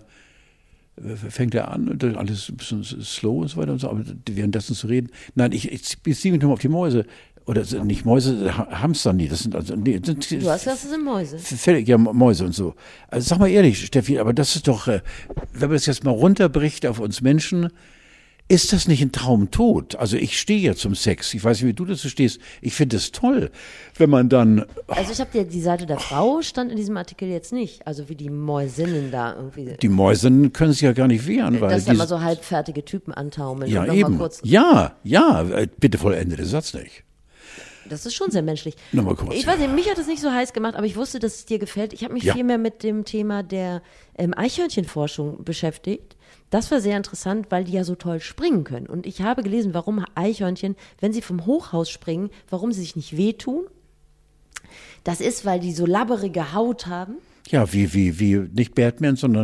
fängt er an und dann alles ein bisschen slow und so weiter und so, aber währenddessen zu reden. Nein, ich beziehe mich nochmal auf die Mäuse. Oder nicht Mäuse, Hamster, nee, das sind also, nee, du hast gesagt, das sind Mäuse. Ja, Mäuse und so. Also sag mal ehrlich, Steffi, aber das ist doch, wenn man das jetzt mal runterbricht auf uns Menschen, ist das nicht ein Traumtod? Also ich stehe ja zum Sex. Ich weiß nicht, wie du dazu stehst. Ich finde es toll, wenn man dann... Also ich habe dir die Seite der Frau stand in diesem Artikel jetzt nicht. Also wie die Mäusinnen da irgendwie... Die Mäusinnen können sich ja gar nicht wehren, weil... Dass da immer so halbfertige Typen antaumeln. Ja, und noch eben. Mal kurz Ja, bitte vollende den Satz nicht. Das ist schon sehr menschlich. Nochmal kurz. Ich weiß nicht, mich hat das nicht so heiß gemacht, aber ich wusste, dass es dir gefällt. Ich habe mich viel mehr mit dem Thema der Eichhörnchenforschung beschäftigt. Das war sehr interessant, weil die ja so toll springen können. Und ich habe gelesen, warum Eichhörnchen, wenn sie vom Hochhaus springen, warum sie sich nicht wehtun. Das ist, weil die so labberige Haut haben. Ja, wie nicht Batman, sondern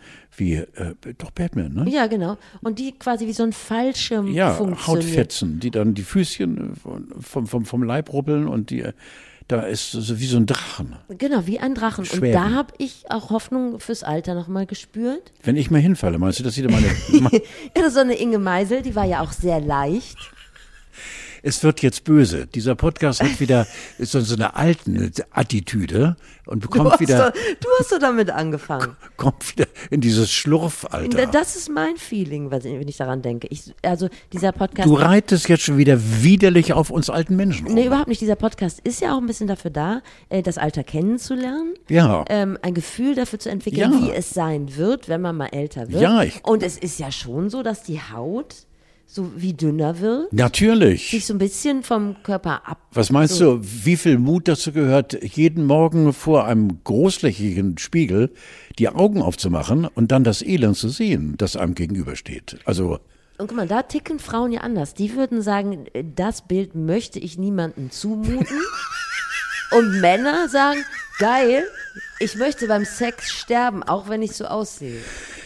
doch Batman, ne? Ja, genau. Und die quasi wie so ein Fallschirm funktionieren. Hautfetzen, die dann die Füßchen vom Leib rubbeln und da ist so wie so ein Drachen. Genau, wie ein Drachen. Schweben. Und da habe ich auch Hoffnung fürs Alter nochmal gespürt. Wenn ich mal hinfalle, meinst du, dass sie da meine... Ja, so eine Inge Meisel, die war ja auch sehr leicht. Es wird jetzt böse. Dieser Podcast hat wieder so eine alten Attitüde und bekommt wieder... Du hast doch damit angefangen. Kommt wieder in dieses Schlurfalter. Das ist mein Feeling, wenn ich daran denke. Also dieser Podcast... Du reitest jetzt schon wieder widerlich auf uns alten Menschen rum. Nee, überhaupt nicht. Dieser Podcast ist ja auch ein bisschen dafür da, das Alter kennenzulernen. Ja. Ein Gefühl dafür zu entwickeln, wie es sein wird, wenn man mal älter wird. Ja, und es ist ja schon so, dass die Haut so wie dünner wird. Natürlich. Sich so ein bisschen vom Körper ab. Was meinst du, wie viel Mut dazu gehört, jeden Morgen vor einem großflächigen Spiegel die Augen aufzumachen und dann das Elend zu sehen, das einem gegenübersteht? Also... Und guck mal, da ticken Frauen ja anders. Die würden sagen, das Bild möchte ich niemandem zumuten. Und Männer sagen, geil, ich möchte beim Sex sterben, auch wenn ich so aussehe.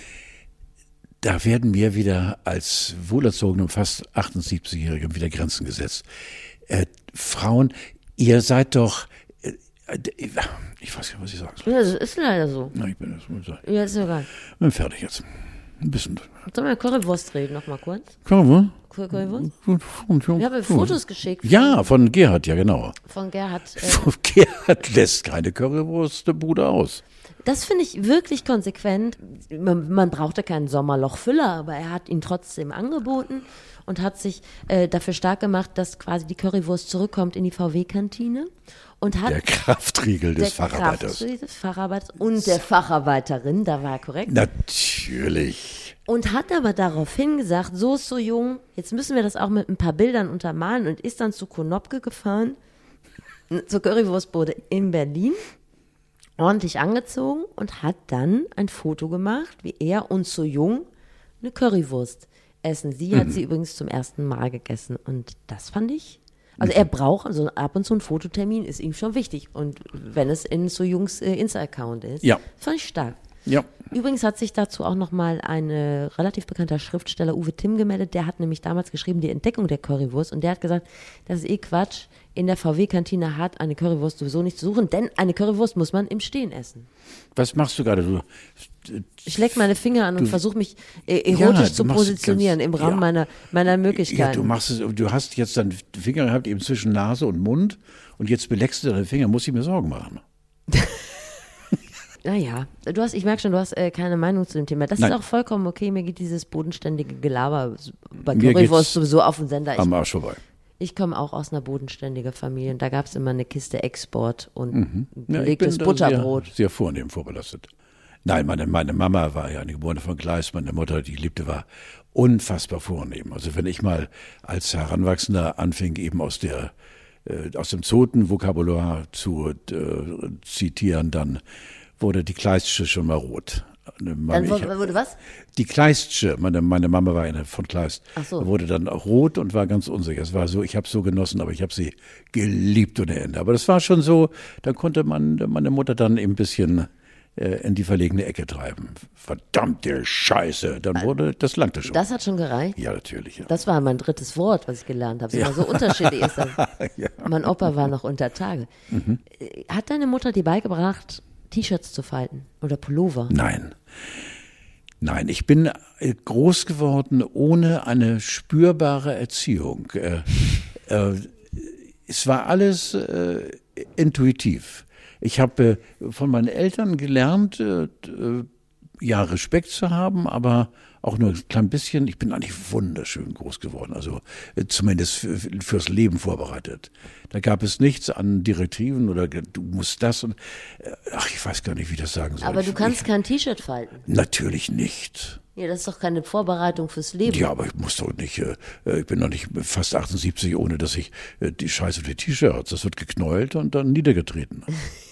Da werden mir wieder als wohlerzogenem, fast 78-Jährigen wieder Grenzen gesetzt. Frauen, ihr seid doch, ich weiß nicht, was ich sagen soll. Ja, das ist leider so. Na, ich bin das. Ja, ist egal. Bin fertig jetzt. Ein bisschen. Sollen wir Currywurst reden, noch mal kurz? Currywurst? Ich habe Fotos geschickt. Ja, von Gerhard, ja genau. Von Gerhard. Gerhard lässt keine Currywurstbude aus. Das finde ich wirklich konsequent. Man brauchte keinen Sommerlochfüller, aber er hat ihn trotzdem angeboten und hat sich dafür stark gemacht, dass quasi die Currywurst zurückkommt in die VW-Kantine. Und hat der Kraftriegel des Facharbeiters. Des Facharbeiters und der Facharbeiterin, da war er korrekt. Natürlich. Und hat aber daraufhin gesagt, so ist so jung, jetzt müssen wir das auch mit ein paar Bildern untermalen und ist dann zu Konopke gefahren, zur Currywurstbude in Berlin, ordentlich angezogen und hat dann ein Foto gemacht, wie er und so jung eine Currywurst essen. Sie hat sie übrigens zum ersten Mal gegessen und das fand ich, also er braucht, also ab und zu ein Fototermin ist ihm schon wichtig und wenn es in so Jungs Insta-Account ist, fand ich stark. Ja. Übrigens hat sich dazu auch nochmal ein relativ bekannter Schriftsteller, Uwe Timm, gemeldet. Der hat nämlich damals geschrieben, die Entdeckung der Currywurst. Und der hat gesagt, das ist Quatsch. In der VW-Kantine hat eine Currywurst sowieso nicht zu suchen, denn eine Currywurst muss man im Stehen essen. Was machst du gerade? Ich lecke meine Finger an und versuche mich erotisch zu positionieren im Rahmen meiner Möglichkeiten. Ja, du hast jetzt deinen Finger gehabt eben zwischen Nase und Mund und jetzt beleckst du deine Finger. Muss ich mir Sorgen machen? Naja, ich merke schon, du hast keine Meinung zu dem Thema. Das ist auch vollkommen okay. Mir geht dieses bodenständige Gelaber bei Currywurst sowieso auf den Sender. Am Arsch vorbei. Ich komme auch aus einer bodenständigen Familie. Und da gab es immer eine Kiste Export und belegtes Butterbrot. Sehr vornehm vorbelastet. Nein, meine Mama war ja eine Geborene von Gleis. Meine Mutter, die Geliebte, war unfassbar vornehm. Also wenn ich mal als Heranwachsender anfing, eben aus dem Zoten-Vokabular zu zitieren, dann wurde die Kleistsche schon mal rot. Dann wurde was? Die Kleistsche, meine Mama war eine von Kleist, wurde dann auch rot und war ganz unsicher. Es war so, ich habe es so genossen, aber ich habe sie geliebt ohne Ende. Aber das war schon so, da konnte meine Mutter dann eben ein bisschen in die verlegene Ecke treiben. Verdammte Scheiße, das langte schon. Das hat schon gereicht? Ja, natürlich. Ja. Das war mein drittes Wort, was ich gelernt habe. Es war so unterschiedlich. Mein Opa war noch unter Tage. Hat deine Mutter dir beigebracht, T-Shirts zu falten oder Pullover? Nein, ich bin groß geworden ohne eine spürbare Erziehung. es war alles intuitiv. Ich habe von meinen Eltern gelernt, ja, Respekt zu haben, aber auch nur ein klein bisschen. Ich bin eigentlich wunderschön groß geworden, also zumindest fürs Leben vorbereitet. Da gab es nichts an Direktiven oder du musst das und ich weiß gar nicht, wie ich das sagen soll. Aber du kannst kein T-Shirt falten. Natürlich nicht. Ja, das ist doch keine Vorbereitung fürs Leben. Ja, aber ich muss doch nicht, ich bin doch nicht fast 78, ohne dass ich die Scheiße auf die T-Shirts, das wird geknäult und dann niedergetreten.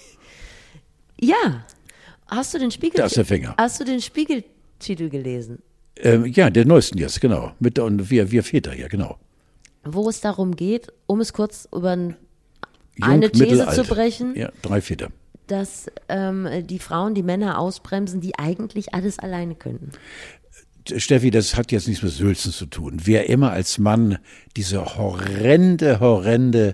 Ja. Hast du den Spiegel? Da ist der Finger. Hast du den Spiegeltitel gelesen? Ja, der neuesten jetzt, genau. Und wir Väter, ja, genau. Wo es darum geht, um es kurz über eine These zu brechen. Ja, 3 Väter. Dass die Frauen die Männer ausbremsen, die eigentlich alles alleine können. Steffi, das hat jetzt nichts mit Sülzen zu tun. Wer immer als Mann diese horrende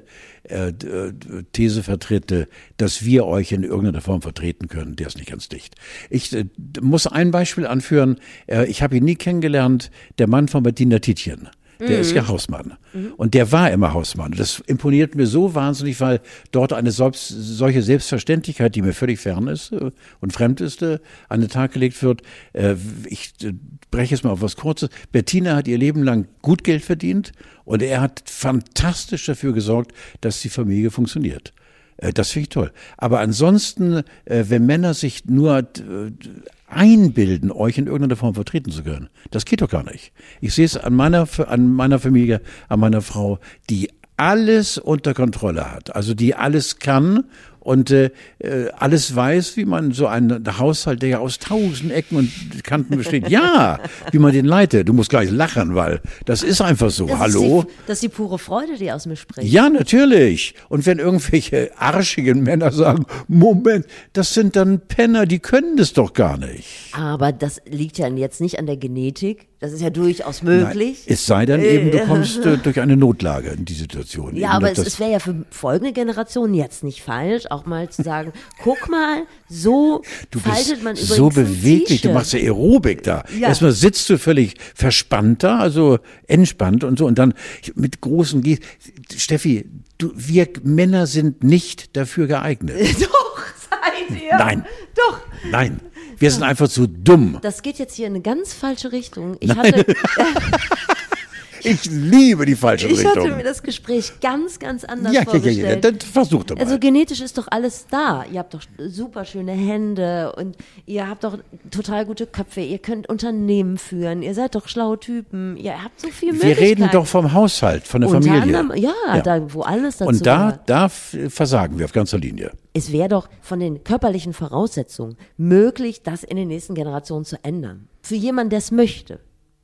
These vertritt, dass wir euch in irgendeiner Form vertreten können, der ist nicht ganz dicht. Ich muss ein Beispiel anführen. Ich habe ihn nie kennengelernt, der Mann von Bettina Tietjen. Der ist ja Hausmann. Und der war immer Hausmann. Das imponiert mir so wahnsinnig, weil dort eine solche Selbstverständlichkeit, die mir völlig fern ist und fremd ist, an den Tag gelegt wird. Ich breche es mal auf was Kurzes. Bettina hat ihr Leben lang gut Geld verdient und er hat fantastisch dafür gesorgt, dass die Familie funktioniert. Das finde ich toll. Aber ansonsten, wenn Männer sich nur einbilden, euch in irgendeiner Form vertreten zu können, das geht doch gar nicht. Ich sehe es an meiner Familie, an meiner Frau, die alles unter Kontrolle hat, also die alles kann und alles weiß, wie man so einen Haushalt, der ja aus 1000 Ecken und Kanten besteht, ja, wie man den leitet. Du musst gleich lachen, weil das ist einfach so. Hallo? Das ist die pure Freude, die aus mir spricht. Ja, natürlich. Und wenn irgendwelche arschigen Männer sagen, Moment, das sind dann Penner, die können das doch gar nicht. Aber das liegt ja jetzt nicht an der Genetik. Das ist ja durchaus möglich. Nein, es sei denn eben, du kommst durch eine Notlage in die Situation. Ja, eben, aber es wäre ja für folgende Generationen jetzt nicht falsch, auch mal zu sagen, guck mal, so faltet man übrigens so beweglich, du machst ja Aerobik da. Ja. Erstmal sitzt du völlig verspannt da, also entspannt und so und dann mit großen Steffi, wir Männer sind nicht dafür geeignet. Doch, seid ihr. Nein. Doch. Nein. Wir sind einfach zu dumm. Das geht jetzt hier in eine ganz falsche Richtung. Ich liebe die falsche Richtung. Ich hatte mir das Gespräch ganz anders vorgestellt. Ja, dann versuch doch mal. Also genetisch ist doch alles da. Ihr habt doch super schöne Hände und ihr habt doch total gute Köpfe. Ihr könnt Unternehmen führen. Ihr seid doch schlaue Typen. Ihr habt so viel Möglichkeiten. Wir reden doch vom Haushalt, von der Familie. Anderem, ja, da wo alles dazu und da versagen wir auf ganzer Linie. Es wäre doch von den körperlichen Voraussetzungen möglich, das in den nächsten Generationen zu ändern. Für jemanden, der es möchte.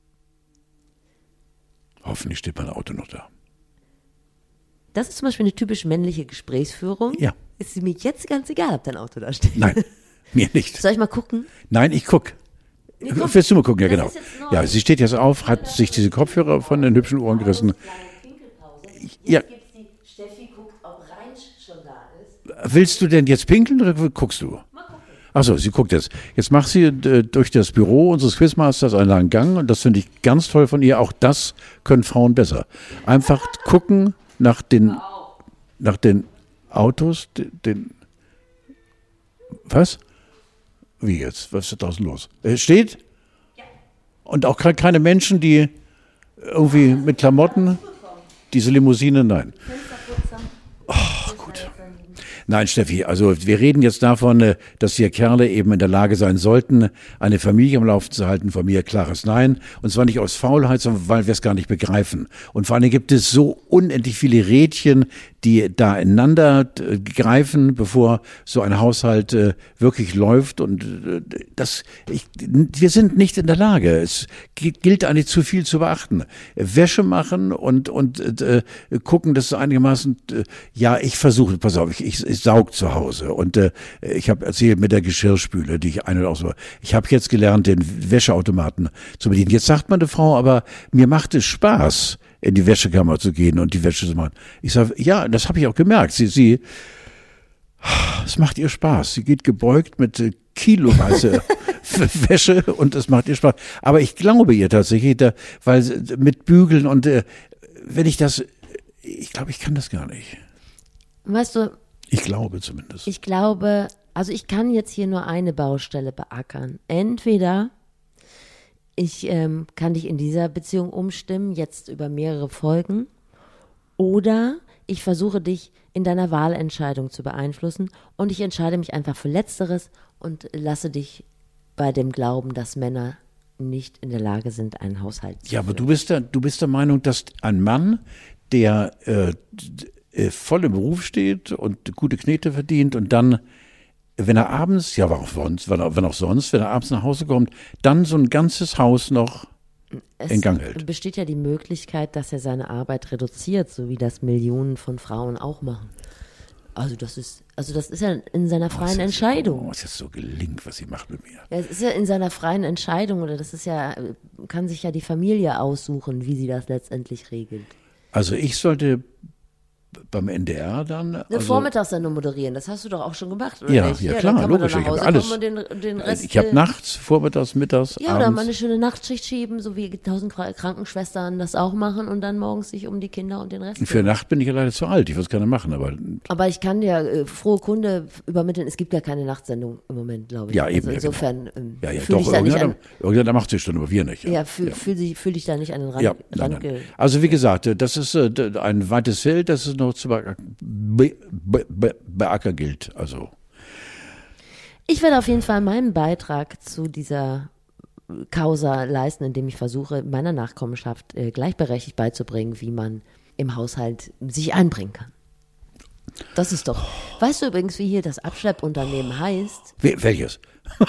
Hoffentlich steht mein Auto noch da. Das ist zum Beispiel eine typisch männliche Gesprächsführung. Ja. Ist mir jetzt ganz egal, ob dein Auto da steht. Nein, mir nicht. Soll ich mal gucken? Nein, ich guck. Willst du mal gucken? Ja, genau. Ja, sie steht jetzt auf, hat sich diese Kopfhörer von den hübschen Ohren gerissen. Ja. Steffi guckt, ob Reinsch schon da ist. Willst du denn jetzt pinkeln oder guckst du? Achso, sie guckt jetzt. Jetzt macht sie durch das Büro unseres Quizmasters einen langen Gang und das finde ich ganz toll von ihr. Auch das können Frauen besser. Einfach gucken nach den Autos, was? Wie jetzt? Was ist da draußen los? Steht? Ja. Und auch keine Menschen, die irgendwie mit Klamotten, diese Limousine, nein. Ach, gut. Nein, Steffi, also wir reden jetzt davon, dass hier Kerle eben in der Lage sein sollten, eine Familie am Laufen zu halten. Von mir klares Nein. Und zwar nicht aus Faulheit, sondern weil wir es gar nicht begreifen. Und vor allem gibt es so unendlich viele Rädchen, die da ineinander greifen, bevor so ein Haushalt wirklich läuft. Und wir sind nicht in der Lage. Es gilt eigentlich zu viel zu beachten. Wäsche machen und gucken, dass es einigermaßen, ja, ich versuche, pass auf, ich saug zu Hause. Und ich habe erzählt mit der Geschirrspüle, die ich ein- oder ausmache. Ich habe jetzt gelernt, den Wäscheautomaten zu bedienen. Jetzt sagt meine Frau, aber mir macht es Spaß, in die Wäschekammer zu gehen und die Wäsche zu machen. Ich sage, ja, das habe ich auch gemerkt. Es macht ihr Spaß. Sie geht gebeugt mit kiloweise Wäsche und es macht ihr Spaß. Aber ich glaube ihr tatsächlich, weil mit Bügeln und wenn ich glaube, ich kann das gar nicht. Weißt du, Ich glaube zumindest. ich glaube, also ich kann jetzt hier nur eine Baustelle beackern. Entweder ich kann dich in dieser Beziehung umstimmen, jetzt über mehrere Folgen, oder ich versuche dich in deiner Wahlentscheidung zu beeinflussen und ich entscheide mich einfach für Letzteres und lasse dich bei dem Glauben, dass Männer nicht in der Lage sind, einen Haushalt zu Ja, aber führen. du bist der Meinung, dass ein Mann, der voll im Beruf steht und gute Knete verdient und dann, wenn er abends, ja, wenn er abends nach Hause kommt, dann so ein ganzes Haus noch in Gang hält. Es besteht ja die Möglichkeit, dass er seine Arbeit reduziert, so wie das Millionen von Frauen auch machen. Also das ist ja in seiner freien Entscheidung. Oh, ist jetzt so gelingt, was sie macht mit mir. Ja, es ist ja in seiner freien Entscheidung, oder das ist ja, kann sich ja die Familie aussuchen, wie sie das letztendlich regelt. Also ich sollte beim NDR dann. Eine Vormittagssendung moderieren, das hast du doch auch schon gemacht, oder Ja, nicht? ja, Dann klar, kann man logisch, dann ich nach habe Hause alles. kommen und den Rest. Ich habe nachts, vormittags, mittags, Ja, oder mal eine abends. schöne Nachtschicht schieben, so wie 1000 Krankenschwestern das auch machen und dann morgens sich um die Kinder und den Rest Für Nacht bin ich ja leider zu alt, ich würde es gerne machen, aber Aber ich kann dir frohe Kunde übermitteln, es gibt ja keine Nachtsendung im Moment, glaube ich. ja, eben. Also insofern ja, fühl dich doch, da nicht an, irgendeiner macht sich schon, aber wir nicht. fühl dich da nicht an den Rand. Ja, nein. Also wie gesagt, das ist ein weites Feld, das es noch zu beackern gilt. Also Ich werde auf jeden Fall meinen Beitrag zu dieser Causa leisten, indem ich versuche, meiner Nachkommenschaft gleichberechtigt beizubringen, wie man im Haushalt sich einbringen kann. Das ist doch. Weißt du übrigens, wie hier das Abschleppunternehmen heißt, welches?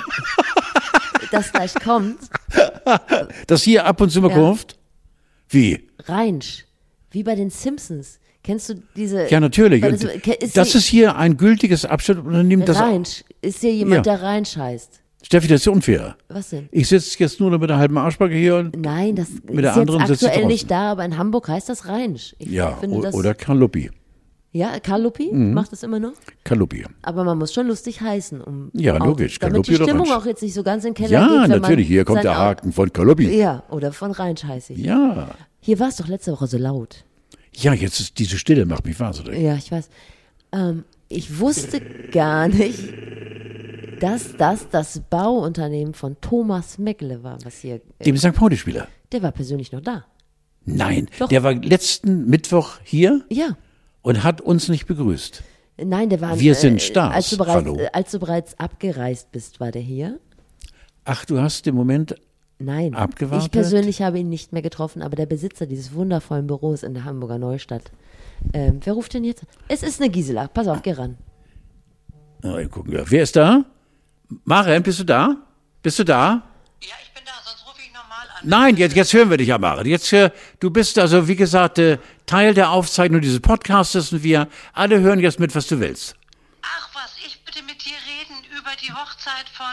das gleich kommt? Das hier ab und zu mal Ja. kauft? Wie? Rheinsch. Wie bei den Simpsons. Kennst du diese? Ja, natürlich. Weil Und das ist hier ein gültiges Abschnittsunternehmen. Das Rheinsch. Ist hier jemand, Ja. der Rheinsch heißt? Steffi, das ist ja unfair. Was denn? Ich sitze jetzt nur noch mit der halben Arschbacke hier und Nein, das Mit der ist anderen jetzt sitzt du aktuell draußen. nicht da, aber in Hamburg heißt das Rheinsch. Ich ja, finde das, oder Karluppi. ja, Karl Luppi macht das immer noch. Karluppi. Aber man muss schon lustig heißen, um Ja, auch, logisch. damit Karluppi die oder Stimmung Rheinsch. auch jetzt nicht so ganz in den Keller Ja, geht. Wenn natürlich. Man Hier kommt sein der Haken von Karluppi. Ja, oder von Rheinsch heiße ich. Ja. Hier war es doch letzte Woche so laut. Ja, jetzt ist diese Stille macht mich wahnsinnig. Ja, ich weiß. Ich wusste gar nicht, dass das Bauunternehmen von Thomas Meckle war, was hier. Dem St. Pauli-Spieler. Der war persönlich noch da. Nein, Doch. der war letzten Mittwoch hier Ja. und hat uns nicht begrüßt. Nein, der war. Wir sind Stars. Hallo. Als du bereits abgereist bist, war der hier. Ach, du hast im Moment. Nein, Abgewartet? ich persönlich habe ihn nicht mehr getroffen, aber der Besitzer dieses wundervollen Büros in der Hamburger Neustadt. Wer ruft denn jetzt? Es ist eine Gisela. Pass auf, geh ran. Gucken wir. Wer ist da? Maren, bist du da? Bist du da? Ja, ich bin da, sonst rufe ich normal an. Nein, jetzt hören wir dich ja, Maren. Du bist also, wie gesagt, Teil der Aufzeichnung dieses Podcasts und wir alle hören jetzt mit, was du willst. Ach was, ich bitte mit dir reden über die Hochzeit von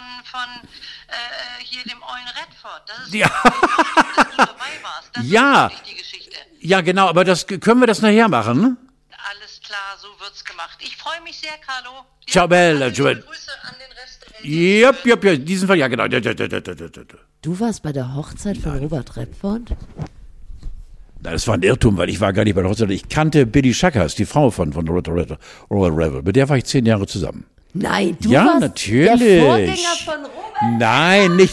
hier dem Eulen Redford. Das ist Ja. dass du dabei warst. Das Ja. ist wirklich die Geschichte. Ja, genau, aber können wir das nachher machen? Ne? Alles klar, so wird's gemacht. Ich freue mich sehr, Carlo. Ciao, Bella, alle ciao. liebe Grüße an den Rest der Welt. Ja, in diesem Fall, ja, genau. Du warst bei der Hochzeit von Robert Redford? Na, das war ein Irrtum, weil ich war gar nicht bei der Hochzeit. Ich kannte Billy Schackers, die Frau von Robert Redford. Mit der war ich 10 Jahre zusammen. Nein, du Ja, warst natürlich. der Vorgänger von Robert. Nein, nicht.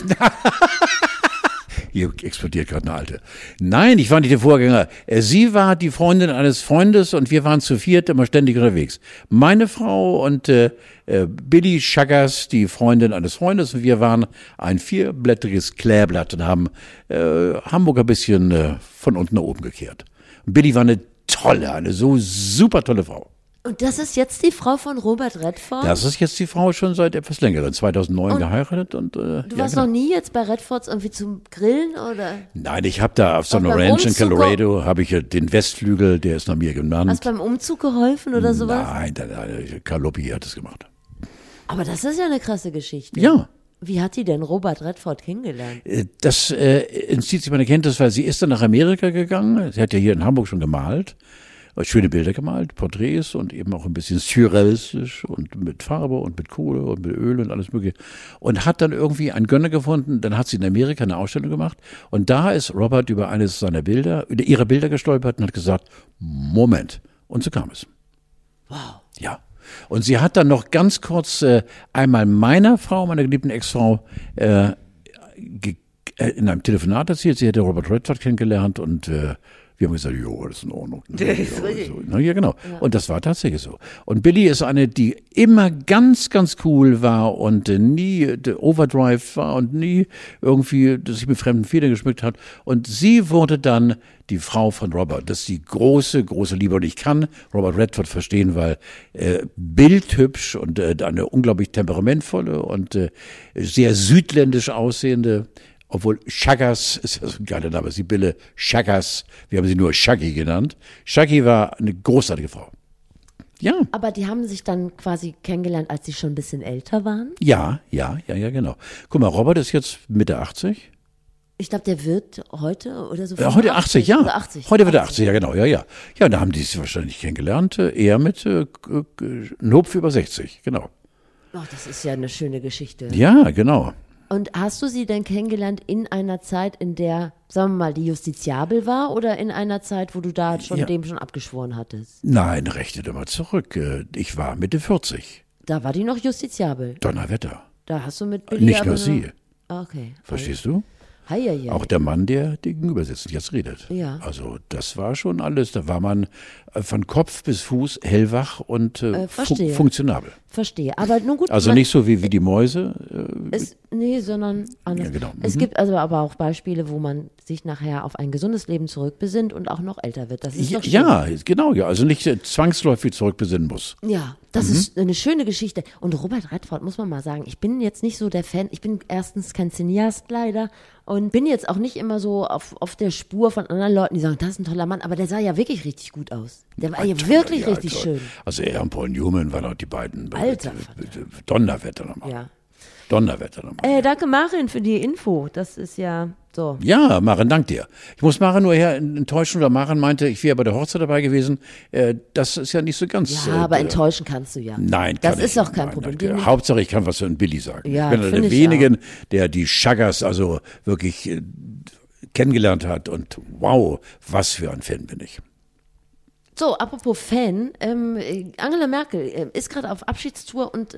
Hier explodiert gerade eine Alte. Nein, ich war nicht der Vorgänger. Sie war die Freundin eines Freundes und wir waren zu viert immer ständig unterwegs. Meine Frau und Billy Schackers, die Freundin eines Freundes, und wir waren ein 4-blättriges Klärblatt und haben Hamburg ein bisschen von unten nach oben gekehrt. Und Billy war eine so super tolle Frau. Und das ist jetzt die Frau von Robert Redford? Das ist jetzt die Frau schon seit etwas länger, 2009 geheiratet. Und, Du ja, warst genau. noch nie jetzt bei Redfords irgendwie zum Grillen, oder? Nein, ich habe da auf so einer beim Ranch in Umzug Colorado, habe ich den Westflügel, der ist nach mir genannt. Hast beim Umzug geholfen oder sowas? Nein, Karluppi hat es gemacht. Aber das ist ja eine krasse Geschichte. Ja. Wie hat die denn Robert Redford kennengelernt? Das entzieht sich meiner Kenntnis, weil sie ist dann nach Amerika gegangen. Sie hat ja hier in Hamburg schon gemalt. Schöne Bilder gemalt, Porträts und eben auch ein bisschen surrealistisch und mit Farbe und mit Kohle und mit Öl und alles mögliche. Und hat dann irgendwie einen Gönner gefunden, dann hat sie in Amerika eine Ausstellung gemacht und da ist Robert über ihre Bilder gestolpert und hat gesagt, Moment. Und so kam es. Wow. Ja. Und sie hat dann noch ganz kurz einmal meiner geliebten Ex-Frau, in einem Telefonat erzählt, sie hätte Robert Redford kennengelernt und wir haben gesagt, jo, das ist in Ordnung. Ja, genau. Ja. Und das war tatsächlich so. Und Billie ist eine, die immer ganz, ganz cool war und nie overdrive war und nie irgendwie sich mit fremden Federn geschmückt hat. Und sie wurde dann die Frau von Robert. Das ist die große, große Liebe. Und ich kann Robert Redford verstehen, weil bildhübsch und eine unglaublich temperamentvolle und sehr südländisch aussehende, obwohl Shaggers ist ja so ein geiler Name, Sibylle Shaggers, wir haben sie nur Shaggy genannt. Shaggy war eine großartige Frau. Ja. Aber die haben sich dann quasi kennengelernt, als sie schon ein bisschen älter waren? Ja, genau. Guck mal, Robert ist jetzt Mitte 80. Ich glaube, der wird heute oder so. Heute 80, ja. 80, heute wird er 80, ja genau, ja. Ja, da haben die sich wahrscheinlich kennengelernt, eher mit Nopf über 60, genau. Ach, das ist ja eine schöne Geschichte. Ja, genau. Und hast du sie denn kennengelernt in einer Zeit, in der, sagen wir mal, die justiziabel war oder in einer Zeit, wo du da dem schon abgeschworen hattest? Nein, rechne doch mal zurück. Ich war Mitte 40. Da war die noch justiziabel? Donnerwetter. Da hast du mit Billie nicht nur sie. Okay. Verstehst du? Hei. Auch der Mann, der gegenüber sitzt und jetzt redet. Ja. Also das war schon alles. Da war man von Kopf bis Fuß hellwach und funktionabel. Verstehe. Aber nun gut. Also nicht so wie die Mäuse. Sondern anders. Ja, genau. Es gibt also aber auch Beispiele, wo man sich nachher auf ein gesundes Leben zurückbesinnt und auch noch älter wird. Das ist doch schön. Ja, genau. Ja. Also nicht zwangsläufig zurückbesinnen muss. Ja, das ist eine schöne Geschichte. Und Robert Redford, muss man mal sagen, ich bin jetzt nicht so der Fan. Ich bin erstens kein Cineast leider und bin jetzt auch nicht immer so auf der Spur von anderen Leuten, die sagen, das ist ein toller Mann. Aber der sah ja wirklich richtig gut aus. Der war ja wirklich richtig schön. Also er und Paul Newman waren auch die beiden. Alter. Donnerwetter nochmal. Ja. Donnerwetter nochmal. Danke Maren für die Info. Das ist ja so. Ja, Maren, dank dir. Ich muss Maren nur enttäuschen, oder Maren meinte, ich wäre bei der Hochzeit dabei gewesen. Das ist ja nicht so ganz. Ja, aber enttäuschen kannst du ja. Nein, das ist auch kein Problem. Nein. Hauptsache, ich kann was für einen Billy sagen. Ja, ich bin einer der wenigen, der die Shaggers also wirklich kennengelernt hat. Und wow, was für ein Fan bin ich. So, apropos Fan, Angela Merkel ist gerade auf Abschiedstour und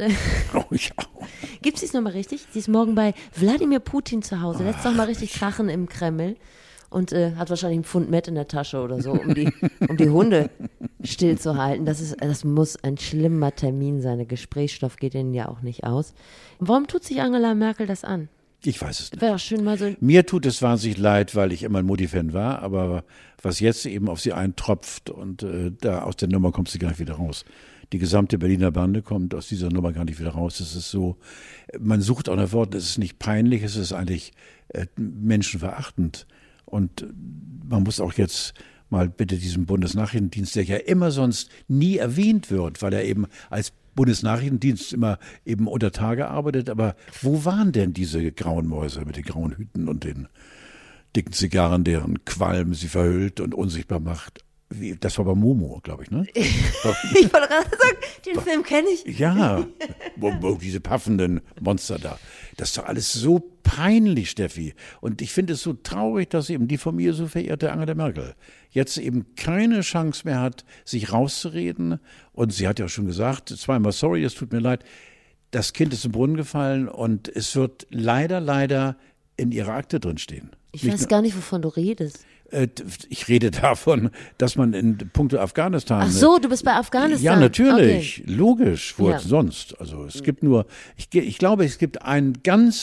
gibt's dies nochmal richtig? Sie ist morgen bei Wladimir Putin zu Hause, lässt doch mal richtig krachen im Kreml und hat wahrscheinlich einen Pfund Met in der Tasche oder so, um die Hunde stillzuhalten. Das muss ein schlimmer Termin sein, der Gesprächsstoff geht ihnen ja auch nicht aus. Warum tut sich Angela Merkel das an? Ich weiß es nicht. Wäre doch schön mal so. Mir tut es wahnsinnig leid, weil ich immer ein Mutti-Fan war, aber was jetzt eben auf sie eintropft und da aus der Nummer kommt sie gar nicht wieder raus. Die gesamte Berliner Bande kommt aus dieser Nummer gar nicht wieder raus. Es ist so, man sucht auch nach Worten, es ist nicht peinlich, es ist eigentlich menschenverachtend. Und man muss auch jetzt mal bitte diesem Bundesnachrichtendienst, der ja immer sonst nie erwähnt wird, weil er eben als Bundesnachrichtendienst immer eben unter Tage arbeitet, aber wo waren denn diese grauen Mäuse mit den grauen Hüten und den dicken Zigarren, deren Qualm sie verhüllt und unsichtbar macht? Das war bei Momo, glaube ich, ne? Ich wollte gerade sagen, den Film kenne ich. Ja, diese paffenden Monster da. Das ist doch alles so peinlich, Steffi. Und ich finde es so traurig, dass eben die von mir so verehrte Angela Merkel jetzt eben keine Chance mehr hat, sich rauszureden. Und sie hat ja schon gesagt, zweimal sorry, es tut mir leid. Das Kind ist im Brunnen gefallen und es wird leider in ihrer Akte drinstehen. Ich weiß gar nicht, wovon du redest. Ich rede davon, dass man in puncto Afghanistan. Ach so, du bist bei Afghanistan. Ja, natürlich. Okay. Logisch. Wo ja. sonst? Also es gibt nur, ich glaube, es gibt einen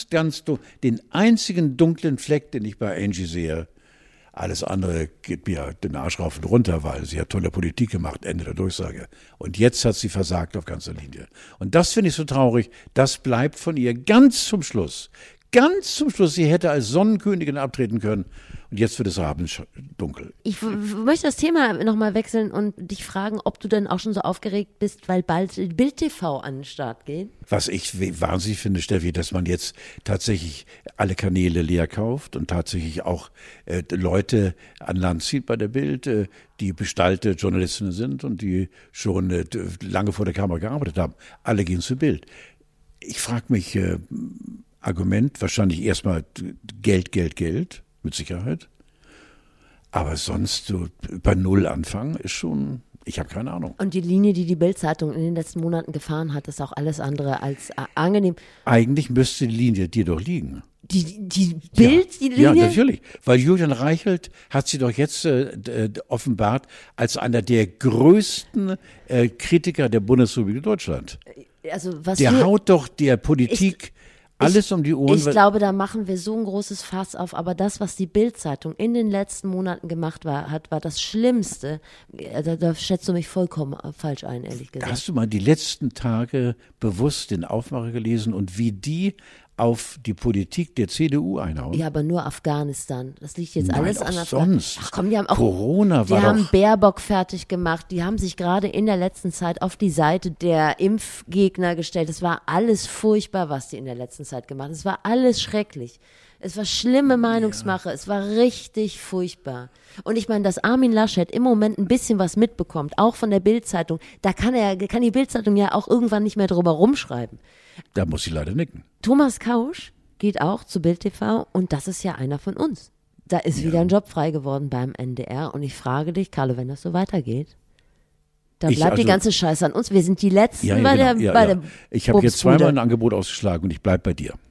den einzigen dunklen Fleck, den ich bei Angie sehe. Alles andere geht mir den Arsch rauf und runter, weil sie hat tolle Politik gemacht, Ende der Durchsage. Und jetzt hat sie versagt auf ganzer Linie. Und das finde ich so traurig. Das bleibt von ihr ganz zum Schluss. Ganz zum Schluss, sie hätte als Sonnenkönigin abtreten können und jetzt wird es abends dunkel. Ich möchte das Thema nochmal wechseln und dich fragen, ob du denn auch schon so aufgeregt bist, weil bald Bild TV an den Start geht. Was ich wahnsinnig finde, Steffi, dass man jetzt tatsächlich alle Kanäle leer kauft und tatsächlich auch Leute an Land zieht bei der Bild, die bestallte Journalistinnen sind und die schon lange vor der Kamera gearbeitet haben. Alle gehen zu Bild. Ich frage mich, Argument, wahrscheinlich erstmal Geld, mit Sicherheit. Aber sonst so bei Null anfangen ist schon Ich habe keine Ahnung. Und die Linie, die die Bild-Zeitung in den letzten Monaten gefahren hat, ist auch alles andere als angenehm. Eigentlich müsste die Linie dir doch liegen. Die Bild, die Linie? Ja, natürlich. Weil Julian Reichelt hat sie doch jetzt offenbart als einer der größten Kritiker der Bundesrepublik Deutschland. Also der haut doch der Politik alles um die Ohren. Ich glaube, da machen wir so ein großes Fass auf, aber das, was die Bild-Zeitung in den letzten Monaten gemacht hat, war das Schlimmste. Da schätzt du mich vollkommen falsch ein, ehrlich gesagt. Hast du mal die letzten Tage bewusst den Aufmacher gelesen und wie die auf die Politik der CDU einhauen? Ja, aber nur Afghanistan. Das liegt jetzt Nein, alles auch an Afghanistan. sonst. Ach komm, die haben auch Corona war die haben doch Baerbock fertig gemacht. Die haben sich gerade in der letzten Zeit auf die Seite der Impfgegner gestellt. Es war alles furchtbar, was die in der letzten Zeit gemacht haben. Es war alles schrecklich. Es war schlimme Meinungsmache. Es war richtig furchtbar. Und ich meine, dass Armin Laschet im Moment ein bisschen was mitbekommt, auch von der Bild-Zeitung, da kann die Bild-Zeitung ja auch irgendwann nicht mehr drüber rumschreiben. Da muss ich leider nicken. Thomas Kausch geht auch zu Bild TV und das ist ja einer von uns. Da ist wieder ein Job frei geworden beim NDR und ich frage dich, Carlo, wenn das so weitergeht, dann bleibt die ganze Scheiße an uns. Wir sind die Letzten bei der Ich habe jetzt zweimal ein Angebot ausgeschlagen und ich bleibe bei dir.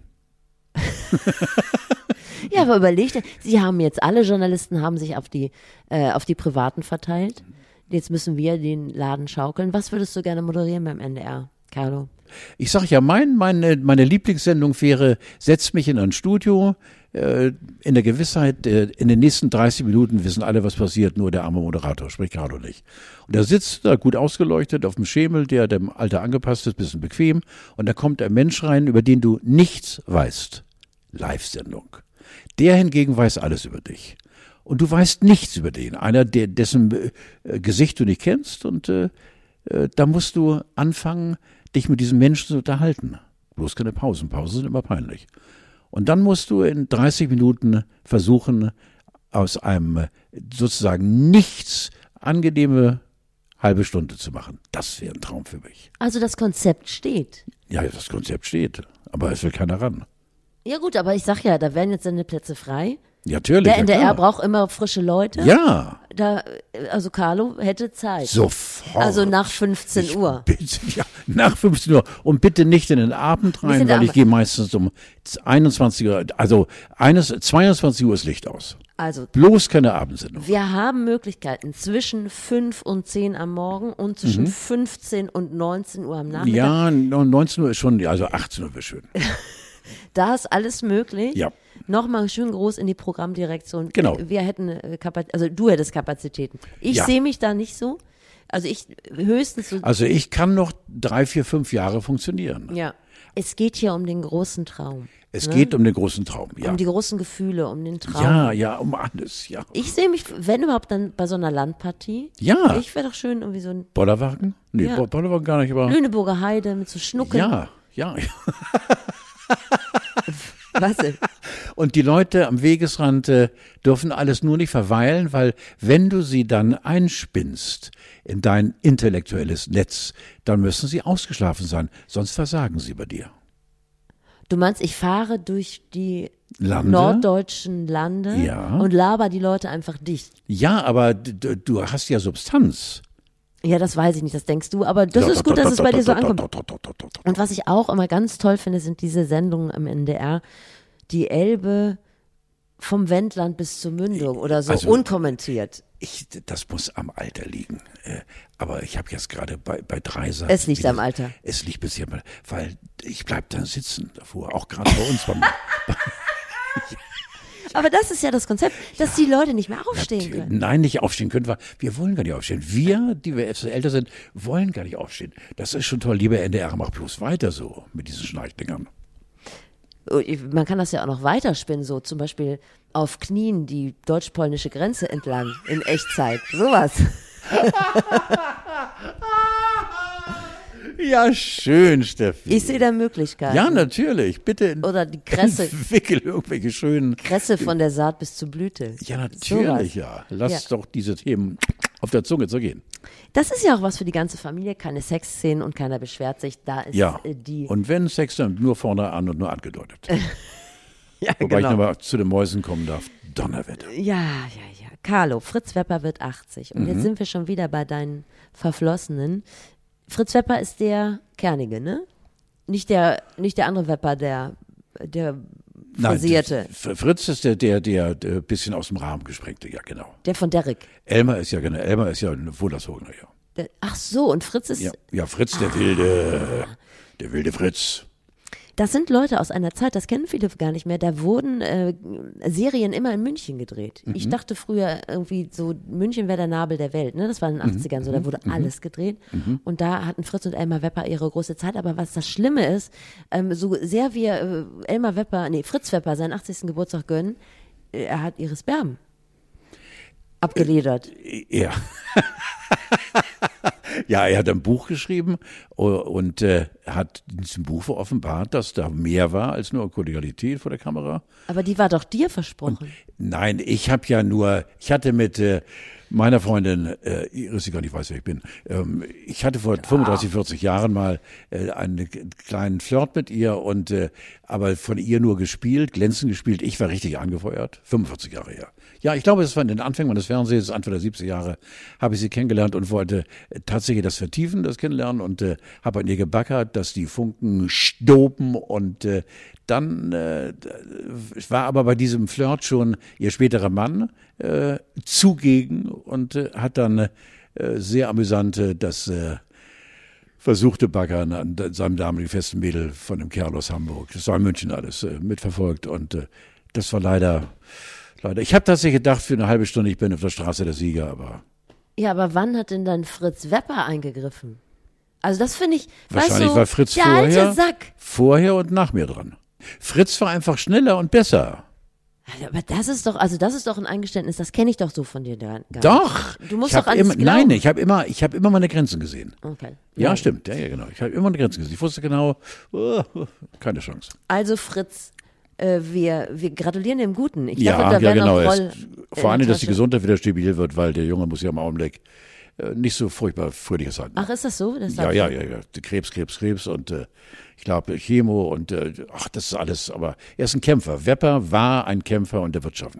Ja, aber überleg dir, alle Journalisten haben sich auf die Privaten verteilt. Jetzt müssen wir den Laden schaukeln. Was würdest du gerne moderieren beim NDR, Carlo? Ich sage ja, meine Lieblingssendung wäre, setz mich in ein Studio, in der Gewissheit, in den nächsten 30 Minuten wissen alle, was passiert, nur der arme Moderator, sprich Carlo nicht. Und er sitzt da gut ausgeleuchtet auf dem Schemel, der dem Alter angepasst ist, bisschen bequem, und da kommt ein Mensch rein, über den du nichts weißt. Live-Sendung. Der hingegen weiß alles über dich. Und du weißt nichts über den. Einer, dessen Gesicht du nicht kennst, und da musst du anfangen, dich mit diesem Menschen zu unterhalten. Bloß keine Pausen. Pausen sind immer peinlich. Und dann musst du in 30 Minuten versuchen, aus einem sozusagen nichts angenehme halbe Stunde zu machen. Das wäre ein Traum für mich. Also das Konzept steht. Ja, das Konzept steht. Aber es will keiner ran. Ja gut, aber ich sag ja, da werden jetzt Sendeplätze frei. Ja, natürlich. Der NDR braucht immer frische Leute. Ja. Also Carlo hätte Zeit. Sofort. Also nach 15 Uhr. Bitte, ja, nach 15 Uhr. Und bitte nicht in den Abend rein, weil ich gehe meistens um 21 Uhr, also 22 Uhr ist Licht aus. Also bloß keine Abendsendung. Wir haben Möglichkeiten zwischen 5 und 10 am Morgen und zwischen 15 und 19 Uhr am Nachmittag. Ja, 19 Uhr ist schon, also 18 Uhr wäre schön. Da ist alles möglich. Ja. Nochmal schön groß in die Programmdirektion. Genau. Wir hätten du hättest Kapazitäten. Ich sehe mich da nicht so. Also ich höchstens so. Also ich kann noch 3, 4, 5 Jahre funktionieren. Ja. Es geht hier um den großen Traum. Es geht um den großen Traum, ja. Um die großen Gefühle, um den Traum. Ja, um alles, ja. Ich sehe mich, wenn überhaupt, dann bei so einer Landpartie. Ja. Ich wäre doch schön irgendwie so ein Bollerwagen? Nee, ja. Bollerwagen gar nicht, aber Lüneburger Heide mit so Schnuckeln. Ja. Was denn? Und die Leute am Wegesrand dürfen alles nur nicht verweilen, weil wenn du sie dann einspinnst in dein intellektuelles Netz, dann müssen sie ausgeschlafen sein, sonst versagen sie bei dir. Du meinst, ich fahre durch die Lande? Norddeutschen Lande und laber die Leute einfach dicht? Ja, aber du hast ja Substanz. Ja, das weiß ich nicht, das denkst du, aber das ist gut, dass es bei dir so ankommt. Und was ich auch immer ganz toll finde, sind diese Sendungen im NDR, die Elbe vom Wendland bis zur Mündung oder so, also, unkommentiert. Das muss am Alter liegen. Aber ich habe jetzt gerade bei 3 Sachen. Es liegt am Alter. Es liegt bisher mal, weil ich bleib da sitzen davor, auch gerade bei uns. Aber das ist ja das Konzept, dass die Leute nicht mehr aufstehen können. Nein, nicht aufstehen können. Wir wollen gar nicht aufstehen. Wir, die wir etwas älter sind, wollen gar nicht aufstehen. Das ist schon toll. Lieber NDR, mach bloß weiter so mit diesen Schnarchdingern. Man kann das ja auch noch weiterspinnen, so zum Beispiel auf Knien die deutsch-polnische Grenze entlang in Echtzeit. Sowas. Ja, schön, Steffi. Ich sehe da Möglichkeiten. Ja, natürlich. Bitte. Oder die Kresse. Entwickel irgendwelche schönen. Kresse von der Saat bis zur Blüte. Ja, natürlich, ja. Lass doch diese Themen auf der Zunge zergehen. Das ist ja auch was für die ganze Familie. Keine Sexszenen und keiner beschwert sich. Da ist die. Und wenn Sex, dann nur vorne an und nur angedeutet. Ja, Wobei ich nochmal zu den Mäusen kommen darf. Donnerwetter. Ja. Carlo, Fritz Wepper wird 80. Und jetzt sind wir schon wieder bei deinen Verflossenen. Fritz Wepper ist der Kernige, ne? Nicht der andere Wepper, der Frisierte. Nein, Fritz ist der bisschen aus dem Rahmen gesprengte, ja genau. Der von Derrick. Elmar ist ja ein Wundersogner, ja. Ach so, und Fritz ist... Ja, Fritz, der wilde Fritz. Das sind Leute aus einer Zeit, das kennen viele gar nicht mehr, da wurden Serien immer in München gedreht. Ich dachte früher irgendwie so, München wäre der Nabel der Welt, ne? Das war in den 80ern so, da wurde alles gedreht. Und da hatten Fritz und Elmar Wepper ihre große Zeit. Aber was das Schlimme ist, so sehr wir Fritz Wepper seinen 80. Geburtstag gönnen, er hat ihre Spermen abgeledert. Ja. Ja, er hat ein Buch geschrieben und hat in diesem Buch offenbart, dass da mehr war als nur Kollegialität vor der Kamera. Aber die war doch dir versprochen. Nein, ich hatte mit meiner Freundin, Iris, ich gar nicht weiß, wer ich bin, ich hatte vor 35, 40 Jahren mal einen kleinen Flirt mit ihr und aber von ihr nur gespielt, glänzend gespielt. Ich war richtig angefeuert, 45 Jahre her. Ja, ich glaube, es war in den Anfängen meines Fernsehens, Anfang der 70er Jahre, habe ich sie kennengelernt und wollte tatsächlich das vertiefen, das Kennenlernen und habe an ihr gebackert, dass die Funken stoben und dann war aber bei diesem Flirt schon ihr späterer Mann zugegen und hat dann sehr amüsant das versuchte Baggern an seinem damaligen festen Mädel von dem Kerl aus Hamburg. Das war in München alles mitverfolgt und das war leider. Ich habe tatsächlich gedacht, für eine halbe Stunde, ich bin auf der Straße der Sieger, aber... Ja, aber wann hat denn dann Fritz Wepper eingegriffen? Also das finde ich, wahrscheinlich weißt du, war Fritz vorher und nach mir dran. Fritz war einfach schneller und besser. Aber das ist doch ein Eingeständnis, das kenne ich doch so von dir gar nicht. Doch! Du musst doch alles glauben. Nein, ich habe immer meine Grenzen gesehen. Okay. Ja, Nein. Stimmt, ja, genau. Ich habe immer meine Grenzen gesehen. Ich wusste genau, keine Chance. Also Fritz, wir gratulieren dem Guten. Ich Ja, dachte, da genau. Roll Vor allem, dass die Gesundheit wieder stabil wird, weil der Junge muss ja im Augenblick nicht so furchtbar fröhlich sein. Ach, ist das so? Das Ja. Krebs und ich glaube Chemo und das ist alles. Aber er ist ein Kämpfer. Wepper war ein Kämpfer und der wird schaffen.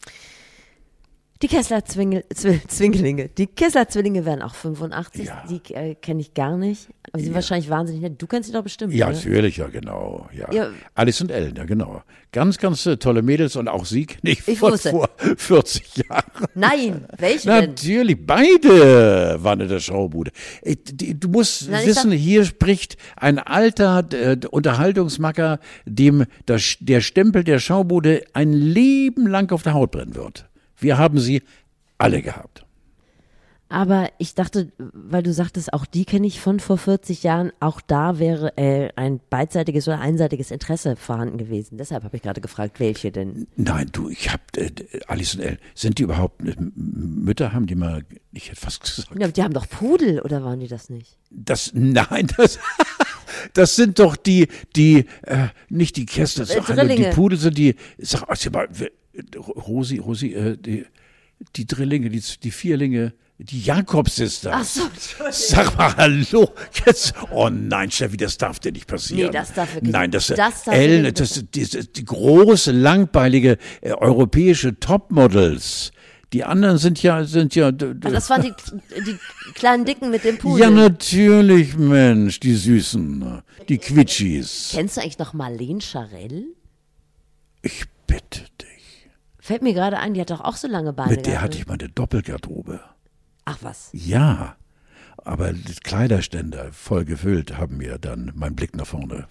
Die Kessler-Zwillinge. Die Kessler-Zwillinge werden auch 85. Ja. Die kenne ich gar nicht. Aber sie sind wahrscheinlich wahnsinnig nett. Du kennst sie doch bestimmt, Ja, oder? natürlich, ja, genau. Ja. Alice und Ellen, ja, genau. Ganz, ganz tolle Mädels und auch sie kenne ich wusste. vor 40 Jahren. Nein, welche denn? Natürlich, beide waren in der Schaubude. Du musst wissen, hier spricht ein alter Unterhaltungsmacker, dem der Stempel der Schaubude ein Leben lang auf der Haut brennen wird. Wir haben sie alle gehabt. Aber ich dachte, weil du sagtest, auch die kenne ich von vor 40 Jahren, auch da wäre ein beidseitiges oder einseitiges Interesse vorhanden gewesen. Deshalb habe ich gerade gefragt, welche denn? Nein, ich habe Alice und Ellen, sind die überhaupt Mütter, haben die mal, ich hätte fast gesagt. Ja, aber die haben doch Pudel, oder waren die das nicht? Das sind doch die nicht die Kessler, die Pudel sind die, sag mal, Rosi, die Drillinge, die Vierlinge, die Jakobs-Sister. Ach so, sag mal, hallo, jetzt, oh nein, Steffi, das darf dir nicht passieren. Nee, das darf wirklich Nicht. Das darf Ellen, die große, langbeilige europäische Topmodels. Die anderen sind ja. Das waren die kleinen Dicken mit dem Pudel. Ja, natürlich, Mensch, die Süßen, die Quitschis. Kennst du eigentlich noch Marlene Scharell? Ich bitte dich. Fällt mir gerade ein, die hat doch auch so lange Beine Mit der hatte ich mal eine Doppelgarderobe. Ach was. Ja, aber die Kleiderständer voll gefüllt haben mir dann meinen Blick nach vorne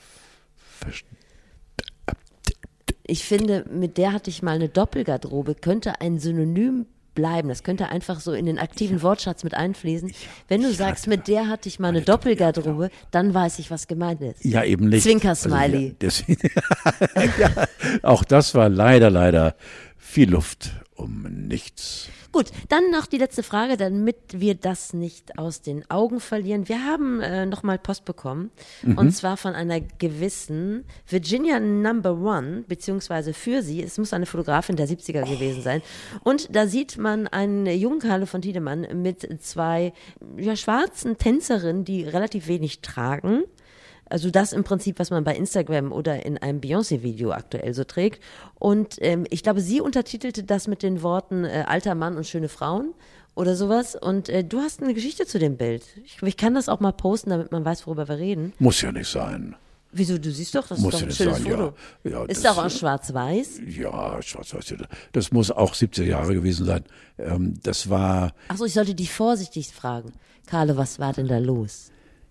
Ich finde, mit der hatte ich mal eine Doppelgarderobe, könnte ein Synonym bleiben. Das könnte einfach so in den aktiven Wortschatz mit einfließen. Wenn du sagst, mit der hatte ich mal eine Doppelgarderobe, dann weiß ich, was gemeint ist. Ja, eben nicht. Zwinker-Smiley. Also, ja, auch das war leider viel Luft um nichts. Gut, dann noch die letzte Frage, damit wir das nicht aus den Augen verlieren. Wir haben nochmal Post bekommen, und zwar von einer gewissen Virginia Number One, beziehungsweise für sie, es muss eine Fotografin der 70er gewesen sein, und da sieht man einen jungen Carlo von Tiedemann mit zwei schwarzen Tänzerinnen, die relativ wenig tragen. Also das im Prinzip, was man bei Instagram oder in einem Beyoncé-Video aktuell so trägt. Und ich glaube, sie untertitelte das mit den Worten alter Mann und schöne Frauen oder sowas. Und du hast eine Geschichte zu dem Bild. Ich kann das auch mal posten, damit man weiß, worüber wir reden. Muss ja nicht sein. Wieso? Du siehst doch, das Muss ist doch ein ja schönes nicht sein, Foto. Ja, Ist doch auch schwarz-weiß? Ja, schwarz-weiß. Das muss auch 70er Jahre gewesen sein. Das war... Achso, ich sollte dich vorsichtig fragen. Carlo, was war denn da los?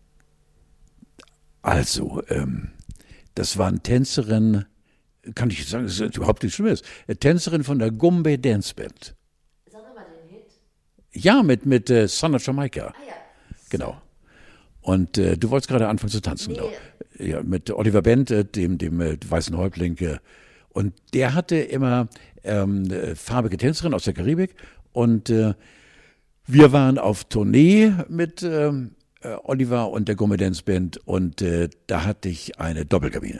Also, das war eine Tänzerin, kann ich sagen, das ist überhaupt nicht Schlimmes. Tänzerin von der Gombe Dance Band. Sag doch mal den Hit. Ja, mit Son of Jamaica. Ah ja. Genau. Und du wolltest gerade anfangen zu tanzen. Nee. Ja, mit Oliver Bent, dem weißen Häuptling. Und der hatte immer farbige Tänzerin aus der Karibik. Und wir waren auf Tournee mit Oliver und der Gombe Dance Band. Und da hatte ich eine Doppelkabine.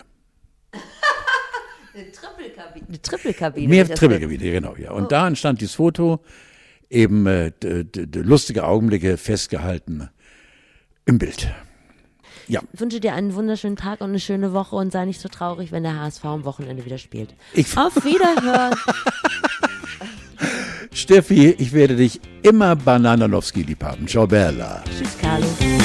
Eine Trippelkabine. Mehr Trippelkabine, genau. Ja. Und da entstand dieses Foto, eben lustige Augenblicke festgehalten im Bild. Ja. Ich wünsche dir einen wunderschönen Tag und eine schöne Woche und sei nicht so traurig, wenn der HSV am Wochenende wieder spielt. Auf Wiederhören. Steffi, ich werde dich immer Bananowski lieb haben. Ciao, Bella. Tschüss, Carlo.